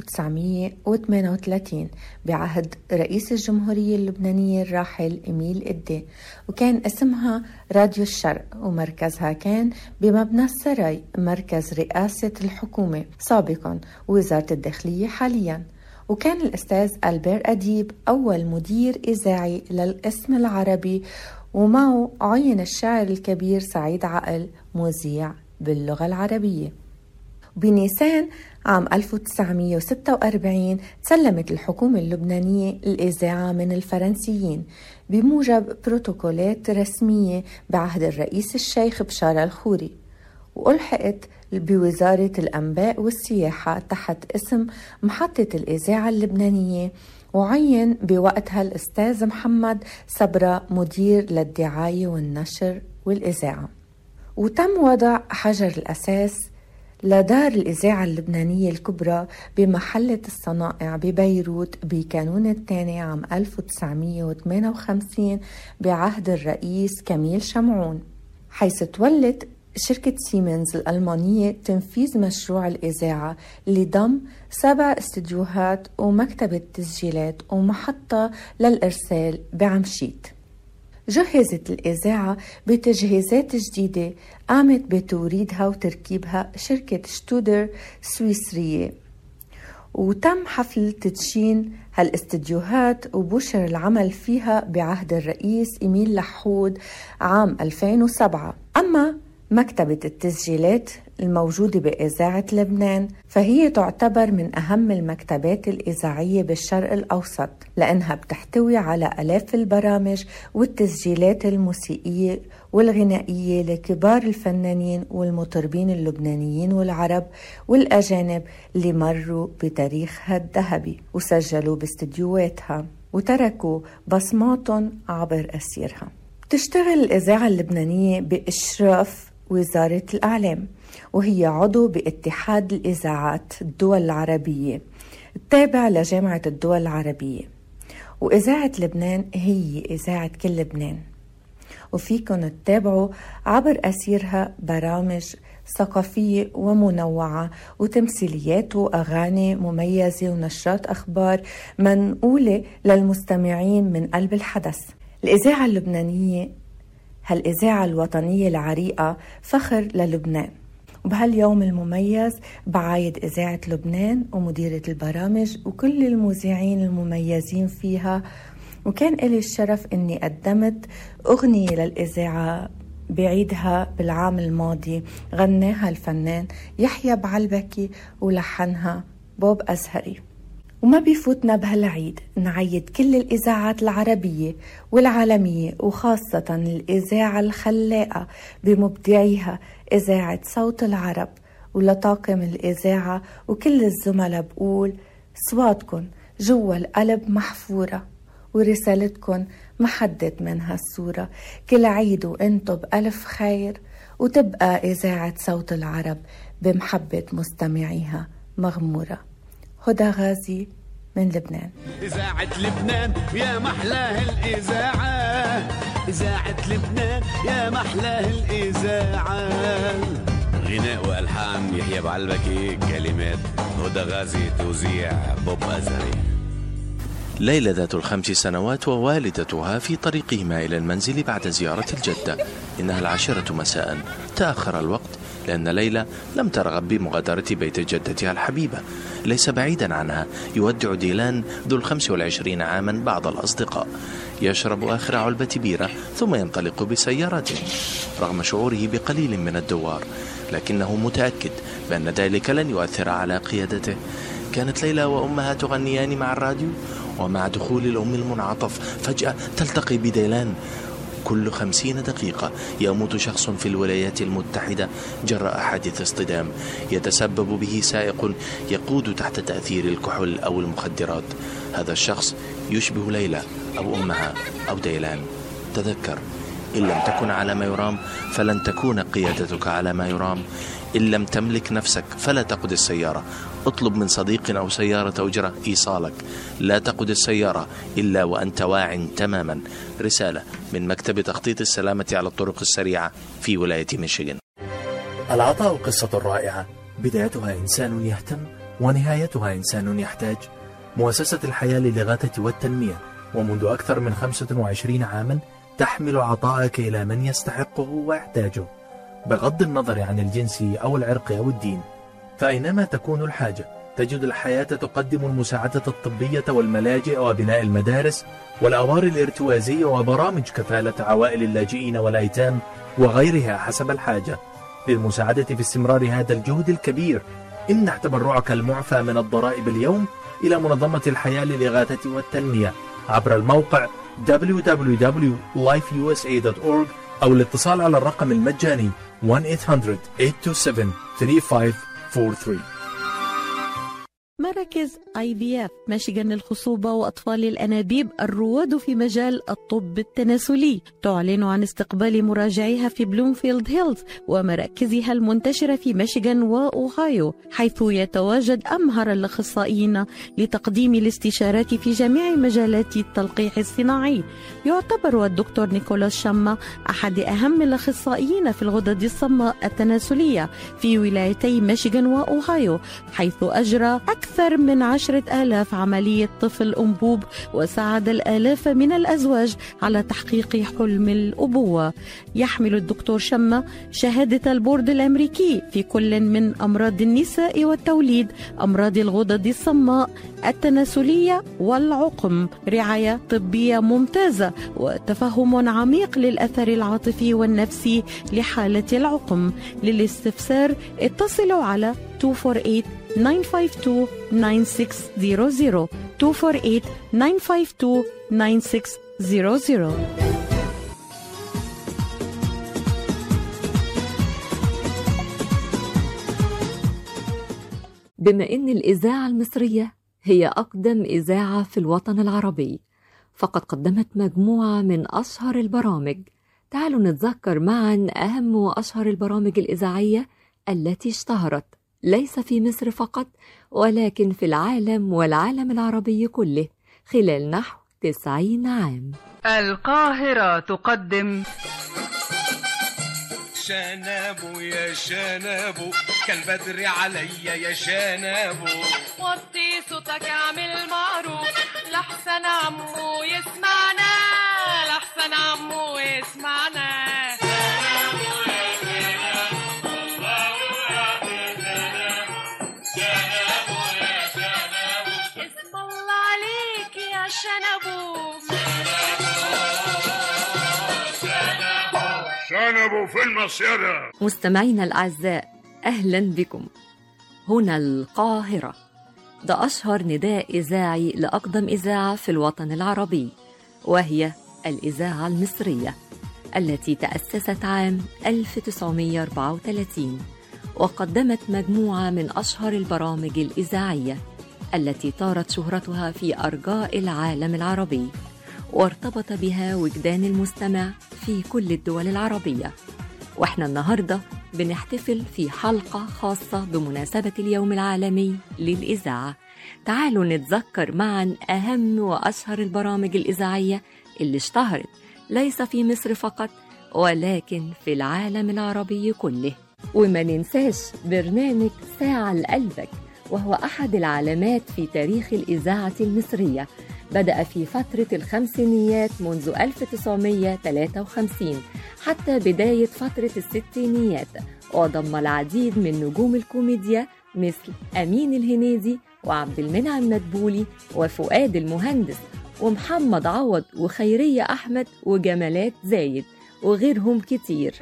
1938 بعهد رئيس الجمهورية اللبنانية الراحل إميل إدي، وكان اسمها راديو الشرق، ومركزها كان بمبنى السراي مركز رئاسة الحكومة سابقا وزارة الداخلية حاليا. وكان الأستاذ ألبير أديب أول مدير إذاعي للاسم العربي، ومعه عين الشاعر الكبير سعيد عقل مذيع باللغة العربية. بنيسان عام 1946 تسلمت الحكومة اللبنانية الإذاعة من الفرنسيين بموجب بروتوكولات رسمية بعهد الرئيس الشيخ بشار الخوري، وألحقت بوزارة الأنباء والسياحة تحت اسم محطة الإذاعة اللبنانية، وعين بوقتها الأستاذ محمد صبرا مدير للدعاية والنشر والإذاعة. وتم وضع حجر الأساس لدار الإذاعة اللبنانية الكبرى بمحلة الصنائع ببيروت بكانون الثاني عام 1958 بعهد الرئيس كميل شمعون، حيث تولت شركة سيمنز الألمانية تنفيذ مشروع الإذاعة اللي ضم 7 استديوهات ومكتبة تسجيلات ومحطة للإرسال بعمشيت. جهزت الإذاعة بتجهيزات جديدة قامت بتوريدها وتركيبها شركة شتودر سويسرية، وتم حفل تدشين هالاستديوهات وبشر العمل فيها بعهد الرئيس إميل لحود عام 2007. أما مكتبة التسجيلات الموجودة بإذاعة لبنان فهي تعتبر من أهم المكتبات الإذاعية بالشرق الأوسط، لأنها بتحتوي على آلاف البرامج والتسجيلات الموسيقية والغنائية لكبار الفنانين والمطربين اللبنانيين والعرب والأجانب اللي مروا بتاريخها الذهبي وسجلوا باستديوهاتها وتركوا بصماتهم عبر أسيرها. تشتغل الإذاعة اللبنانية بإشراف وزارة الإعلام، وهي عضو باتحاد الإذاعات الدول العربية التابع لجامعة الدول العربية، وإذاعة لبنان هي إذاعة كل لبنان، وفيكن تتابعوا عبر أسيرها برامج ثقافية ومنوعة وتمثيليات وأغاني مميزة ونشرات أخبار منقولة للمستمعين من قلب الحدث. الإذاعة اللبنانية هالإذاعة الوطنية العريقة فخر للبنان، وبهاليوم المميز بعايد إذاعة لبنان ومديرة البرامج وكل المذيعين المميزين فيها. وكان إلي الشرف أني قدمت أغنية للإذاعة بعيدها بالعام الماضي، غناها الفنان يحيى بعلبكي ولحنها بوب أزهري. وما بيفوتنا بهالعيد نعيد كل الإذاعات العربية والعالمية، وخاصة الإذاعة الخلاقة بمبدعيها إذاعة صوت العرب، ولطاقم الإذاعة وكل الزملاء بقول صواتكن جوا القلب محفورة، ورسالتكن محدد منها الصورة. كل عيد وانتو بألف خير، وتبقى إذاعة صوت العرب بمحبة مستمعيها مغمورة. هدى غازي من لبنان. إذاعة لبنان يا محلاه الإذاعة، إذاعة لبنان يا محلاه الإذاعة. غناء وألحان يحيى بعلبكي، كلمات هدى غازي، توزيع بوب أزهري. ليلى ذات ال5 سنوات ووالدتها في طريقهما إلى المنزل بعد زيارة الجدة. إنها 10 مساء. تأخر الوقت لأن ليلى لم ترغب بمغادرة بيت جدتها الحبيبة. ليس بعيدا عنها يودع ديلان ذو 25 عاما بعض الأصدقاء، يشرب آخر علبة بيرة ثم ينطلق بسيارته رغم شعوره بقليل من الدوار، لكنه متأكد بأن ذلك لن يؤثر على قيادته. كانت ليلى وأمها تغنيان مع الراديو، ومع دخول الأم المنعطف فجأة تلتقي بديلان. كل 50 دقيقة يموت شخص في الولايات المتحدة جراء حادث اصطدام يتسبب به سائق يقود تحت تأثير الكحول أو المخدرات. هذا الشخص يشبه ليلى أو أمها أو ديلان. تذكر، إن لم تكن على ما يرام فلن تكون قيادتك على ما يرام. إن لم تملك نفسك فلا تقود السيارة. اطلب من صديق أو سيارة أجرة إيصالك. لا تقود السيارة إلا وأنت واع تماما. رسالة من مكتب تخطيط السلامة على الطرق السريعة في ولاية ميشيغان. العطاء قصة رائعة، بدايتها إنسان يهتم ونهايتها إنسان يحتاج. مؤسسة الحياة للإغاثة والتنمية، ومنذ أكثر من 25 عاما تحمل عطاءك إلى من يستحقه ويحتاجه، بغض النظر عن الجنس أو العرق أو الدين. فأينما تكون الحاجة تجد الحياة تقدم المساعدة الطبية والملاجئ وبناء المدارس والآوار الارتوازية وبرامج كفالة عوائل اللاجئين والأيتام وغيرها حسب الحاجة. للمساعدة في استمرار هذا الجهد الكبير امنح تبرعك المعفى من الضرائب اليوم إلى منظمة الحياة للإغاثة والتنمية عبر الموقع www.lifeusa.org أو الاتصال على الرقم المجاني 1-800-827-3543. مراكز IVF ميشيغان للخصوبة وأطفال الأنابيب الرواد في مجال الطب التناسلي تعلن عن استقبال مراجعيها في بلومفيلد هيلز ومراكزها المنتشرة في ميشيغان وأوهايو، حيث يتواجد أمهر الأخصائيين لتقديم الاستشارات في جميع مجالات التلقيح الصناعي. يعتبر الدكتور نيكولاس شاما أحد أهم الأخصائيين في الغدد الصماء التناسلية في ولايتي ميشيغان وأوهايو، حيث أجرى أكثر من 10,000 عملية طفل أنبوب وساعد الآلاف من الأزواج على تحقيق حلم الأبوة. يحمل الدكتور شما شهادة البورد الأمريكي في كل من أمراض النساء والتوليد، أمراض الغدد الصماء التناسلية والعقم، رعاية طبية ممتازة وتفهم عميق للأثر العاطفي والنفسي لحالة العقم. للاستفسار اتصلوا على 248-952-9600 248-952-9600. بما أن الإذاعة المصرية هي أقدم إذاعة في الوطن العربي، فقد قدمت مجموعة من أشهر البرامج. تعالوا نتذكر معا أهم وأشهر البرامج الإذاعية التي اشتهرت ليس في مصر فقط ولكن في العالم والعالم العربي كله خلال نحو 90 عام. القاهرة تقدم شنابو يا شنابو كالبدر عليا يا شنابو، وطي صوتك اعمل معروف لحسن عمو يسمعنا، لحسن عمو يسمعنا. اسم الله عليك يا شنبو، شنبو في المصيدة. مستمعينا الأعزاء، أهلا بكم. هنا القاهرة، ده أشهر نداء إذاعي لأقدم إذاعة في الوطن العربي، وهي الإذاعة المصرية التي تأسست عام 1934 وقدمت مجموعة من أشهر البرامج الإذاعية التي طارت شهرتها في أرجاء العالم العربي، وارتبط بها وجدان المستمع في كل الدول العربية. واحنا النهاردة بنحتفل في حلقة خاصة بمناسبة اليوم العالمي للإذاعة. تعالوا نتذكر معا أهم وأشهر البرامج الإذاعية اللي اشتهرت ليس في مصر فقط ولكن في العالم العربي كله. وما ننساش برنامج ساعة لقلبك، وهو أحد العلامات في تاريخ الإذاعة المصرية. بدأ في فترة الخمسينيات منذ 1953 حتى بداية فترة الستينيات، وضم العديد من نجوم الكوميديا مثل أمين الهنيدي وعبد المنعم مدبولي وفؤاد المهندس ومحمد عوض وخيرية أحمد وجمالات زايد وغيرهم كتير.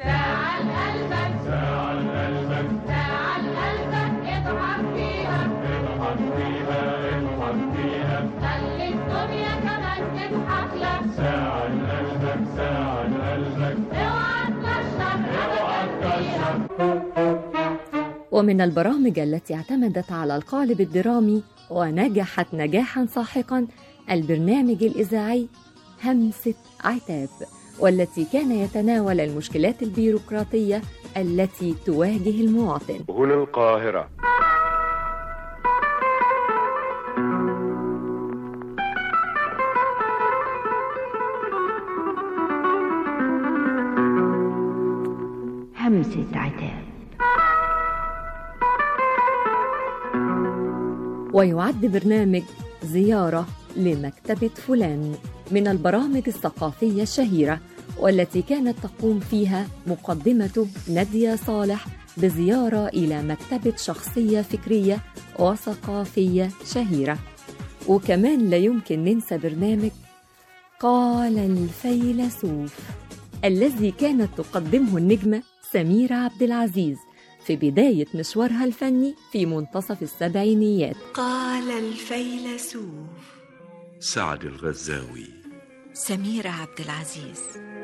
ومن البرامج التي اعتمدت على القالب الدرامي ونجحت نجاحا ساحقا البرنامج الإذاعي همسة عتاب، والتي كان يتناول المشكلات البيروقراطية التي تواجه المواطن. هنا القاهرة. همسة عتاب. ويعد برنامج زيارة لمكتبة فلان من البرامج الثقافية الشهيرة، والتي كانت تقوم فيها مقدمته نادية صالح بزيارة إلى مكتبة شخصية فكرية وثقافية شهيرة. وكمان لا يمكن ننسى برنامج قال الفيلسوف الذي كانت تقدمه النجمة سميرة عبد العزيز في بداية مشوارها الفني في منتصف السبعينيات. قال الفيلسوف سعد الغزاوي، سميرة عبد العزيز.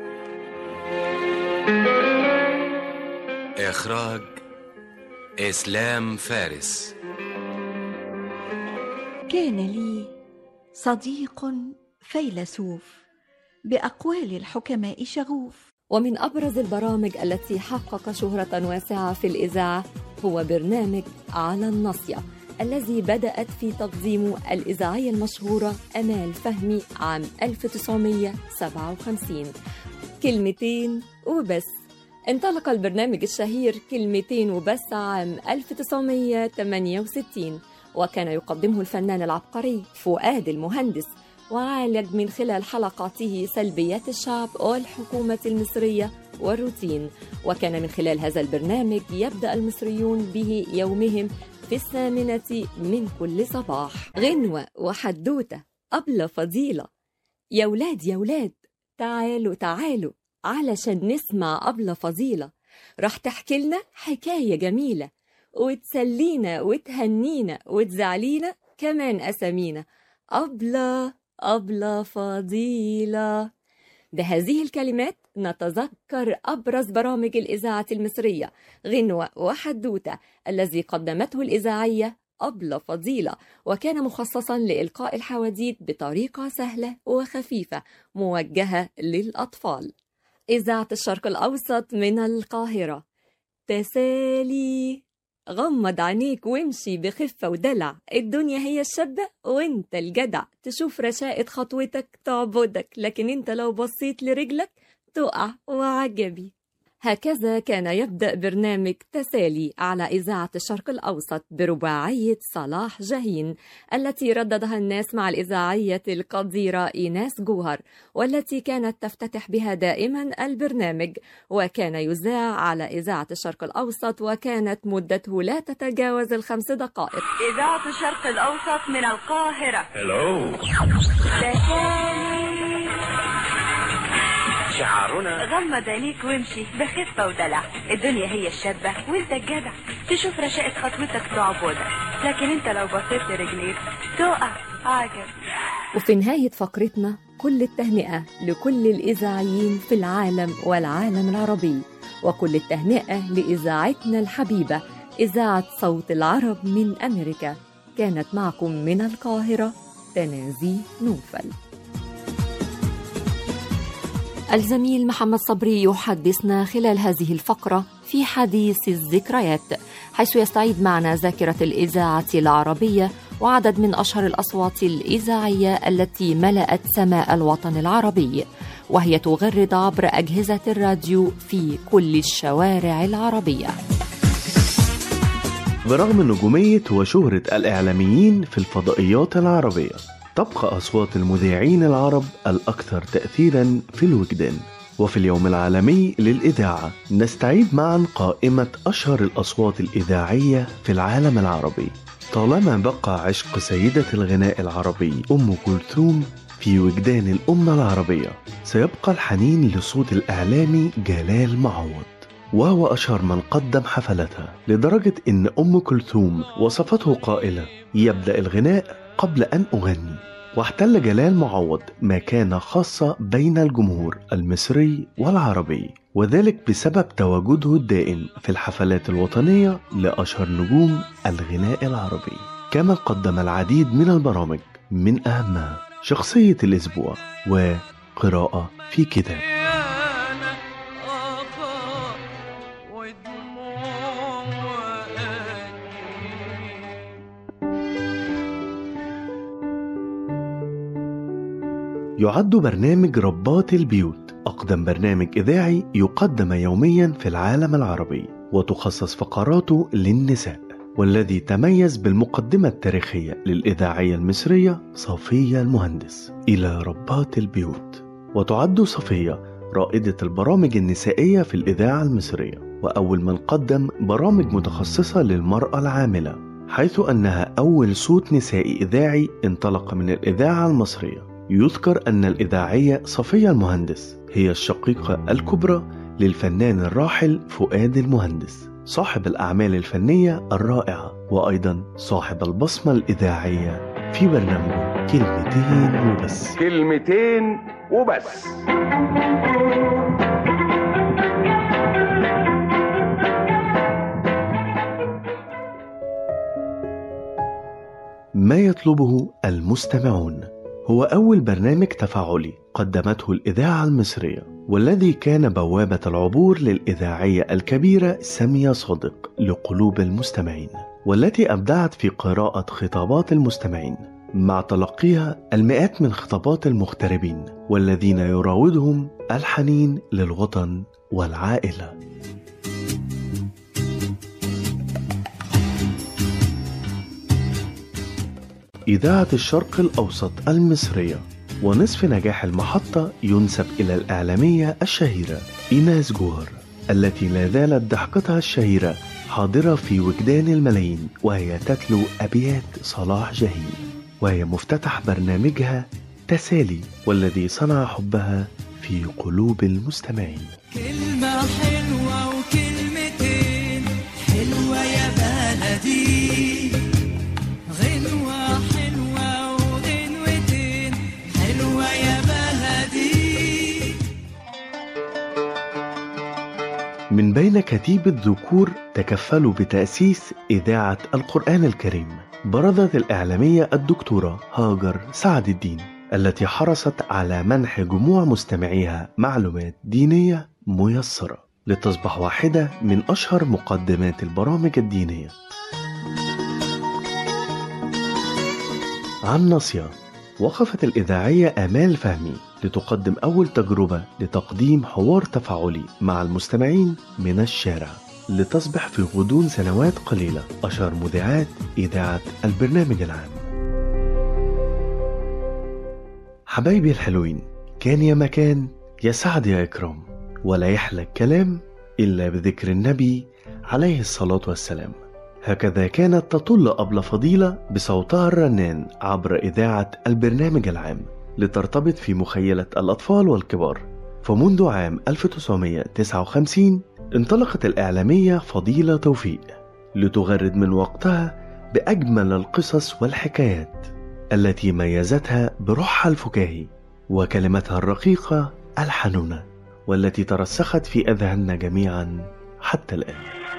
إخراج إسلام فارس. كان لي صديق فيلسوف بأقوال الحكماء شغوف. ومن أبرز البرامج التي حقق شهرة واسعة في الإذاعة هو برنامج على الناصية الذي بدأت في تقديمه الإذاعية المشهورة أمال فهمي عام 1957. كلمتين وبس. انطلق البرنامج الشهير كلمتين وبس عام 1968 وكان يقدمه الفنان العبقري فؤاد المهندس، وعالج من خلال حلقاته سلبيات الشعب والحكومة المصرية والروتين. وكان من خلال هذا البرنامج يبدأ المصريون به يومهم في 8 من كل صباح. غنوة وحدوتة أبلة فضيلة، يا ولاد يا ولاد تعالوا تعالوا علشان نسمع أبلة فضيلة، راح تحكي لنا حكاية جميلة وتسلينا وتهنينا وتزعلينا كمان أسامينا. أبلة فضيلة. بهذه الكلمات نتذكر أبرز برامج الإذاعة المصرية غنوة وحدوتة الذي قدمته الإذاعية أبلة فضيلة، وكان مخصصا لإلقاء الحواديت بطريقة سهلة وخفيفة موجهة للأطفال. إذاعة الشرق الأوسط من القاهرة. تسالي، غمض عينيك وامشي بخفة ودلع، الدنيا هي الشابة وانت الجدع، تشوف رشاقة خطوتك تعبدك، لكن انت لو بصيت لرجلك تقع وعجبي. هكذا كان يبدأ برنامج تسالي على إذاعة الشرق الأوسط برباعية صلاح جاهين التي رددها الناس مع الإذاعية القديرة إيناس جوهر، والتي كانت تفتتح بها دائما البرنامج، وكان يذاع على إذاعة الشرق الأوسط وكانت مدته لا تتجاوز 5 دقائق. إذاعة الشرق الأوسط من القاهرة. هلو. تسالي، شعارنا غمض عينيك وامشي بخفة ودلع، الدنيا هي الشابة وانت الجدع، تشوف رشاقة خطوتك تعبدك، لكن انت لو بصيت لرجليك تقع عجب. وفي نهاية فقرتنا كل التهنئة لكل الإذاعيين في العالم والعالم العربي، وكل التهنئة لإذاعتنا الحبيبة إذاعة صوت العرب من أمريكا. كانت معكم من القاهرة تنازي نوفل. الزميل محمد صبري يحدثنا خلال هذه الفقرة في حديث الذكريات، حيث يستعيد معنا ذاكرة الإذاعة العربية وعدد من أشهر الأصوات الإذاعية التي ملأت سماء الوطن العربي، وهي تغرد عبر أجهزة الراديو في كل الشوارع العربية. برغم نجومية وشهرة الإعلاميين في الفضائيات العربية، تبقى أصوات المذيعين العرب الأكثر تأثيراً في الوجدان. وفي اليوم العالمي للإذاعة نستعيد معاً قائمة أشهر الأصوات الإذاعية في العالم العربي. طالما بقى عشق سيدة الغناء العربي أم كلثوم في وجدان الأمة العربية، سيبقى الحنين لصوت الإعلامي جلال معوض، وهو أشهر من قدم حفلتها، لدرجة إن أم كلثوم وصفته قائلة: يبدأ الغناء قبل أن أغني. واحتل جلال معوض مكانة خاصة بين الجمهور المصري والعربي، وذلك بسبب تواجده الدائم في الحفلات الوطنية لأشهر نجوم الغناء العربي. كما قدم العديد من البرامج، من أهمها شخصية الأسبوع وقراءة في كتاب. يعد برنامج ربات البيوت أقدم برنامج إذاعي يقدم يوميا في العالم العربي، وتخصص فقراته للنساء، والذي تميز بالمقدمة التاريخية للإذاعية المصرية صفية المهندس إلى ربات البيوت. وتعد صفية رائدة البرامج النسائية في الإذاعة المصرية، وأول من قدم برامج متخصصة للمرأة العاملة، حيث أنها أول صوت نسائي إذاعي انطلق من الإذاعة المصرية. يذكر أن الإذاعية صفية المهندس هي الشقيقة الكبرى للفنان الراحل فؤاد المهندس، صاحب الأعمال الفنية الرائعة، وأيضا صاحب البصمة الإذاعية في برنامجه كلمتين وبس. كلمتين وبس. ما يطلبه المستمعون هو أول برنامج تفاعلي قدمته الإذاعة المصرية، والذي كان بوابة العبور للإذاعية الكبيرة سامية صادق لقلوب المستمعين، والتي أبدعت في قراءة خطابات المستمعين مع تلقيها المئات من خطابات المغتربين والذين يراودهم الحنين للوطن والعائلة. إذاعة الشرق الأوسط المصرية، ونصف نجاح المحطة ينسب إلى الإعلامية الشهيرة إيناس جوهر، التي لا زالت ضحكتها الشهيرة حاضرة في وجدان الملايين وهي تتلو أبيات صلاح جاهين، وهي مفتتح برنامجها تسالي، والذي صنع حبها في قلوب المستمعين. كلمة حلوة وكلمتين حلوة يا بلدي، غنوة حلوة وغنوتين حلوة يا بلدي. من بين كتيبة ذكور تكفلوا بتأسيس إذاعة القرآن الكريم برزت الإعلامية الدكتورة هاجر سعد الدين، التي حرصت على منح جموع مستمعيها معلومات دينية ميسرة لتصبح واحدة من أشهر مقدمات البرامج الدينية. عن ناصية وقفت الإذاعية آمال فهمي لتقدم أول تجربة لتقديم حوار تفاعلي مع المستمعين من الشارع، لتصبح في غضون سنوات قليلة أشهر مذيعات إذاعة البرنامج العام. حبايبي الحلوين، كان يا مكان يا سعد يا إكرام، ولا يحلى الكلام إلا بذكر النبي عليه الصلاة والسلام. هكذا كانت تطل أبلة فضيلة بصوتها الرنان عبر إذاعة البرنامج العام لترتبط في مخيلة الأطفال والكبار. فمنذ عام 1959 انطلقت الإعلامية فضيلة توفيق لتغرد من وقتها بأجمل القصص والحكايات التي ميزتها بروحها الفكاهي وكلمتها الرقيقة الحنونة، والتي ترسخت في أذهاننا جميعا حتى الآن.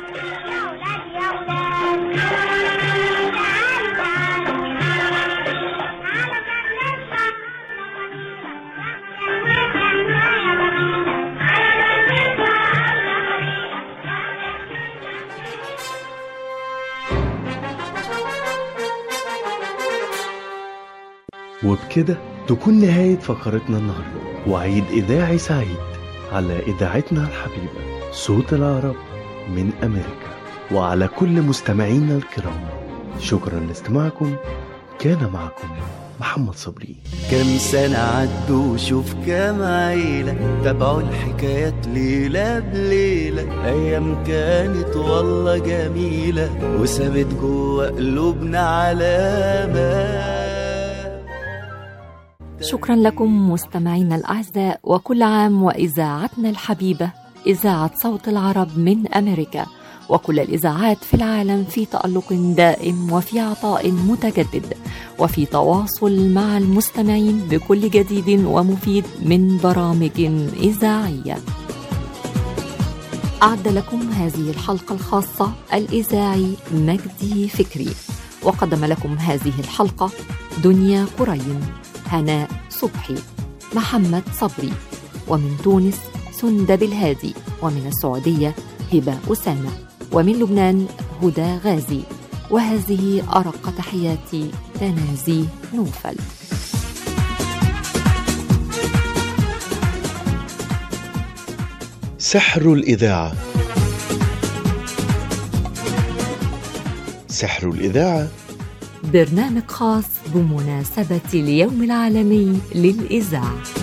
وبكده تكون نهاية فقرتنا النهاردة، وعيد إذاعي سعيد على إذاعتنا الحبيبة صوت العرب من أمريكا، وعلى كل مستمعينا الكرام شكرا لاستماعكم. كان معكم محمد صبري. كم سنة عدوا وشوف كم عيلة تابعوا الحكايات ليلة بليلة، أيام كانت والله جميلة وسابت جوا قلوبنا علامة. شكرا لكم مستمعينا الأعزاء، وكل عام وإذاعتنا الحبيبة إذاعة صوت العرب من أمريكا وكل الإذاعات في العالم في تألق دائم وفي عطاء متجدد وفي تواصل مع المستمعين بكل جديد ومفيد من برامج إذاعية. أعد لكم هذه الحلقة الخاصة الإذاعي مجدي فكري، وقدم لكم هذه الحلقة دنيا قرين، هناء صبحي، محمد صبري، ومن تونس سندب الهادي، ومن السعودية هبة أسامة، ومن لبنان هدى غازي. وهذه أرق تحياتي تنازي نوفل. سحر الإذاعة. سحر الإذاعة برنامج خاص بمناسبة اليوم العالمي للإذاعة.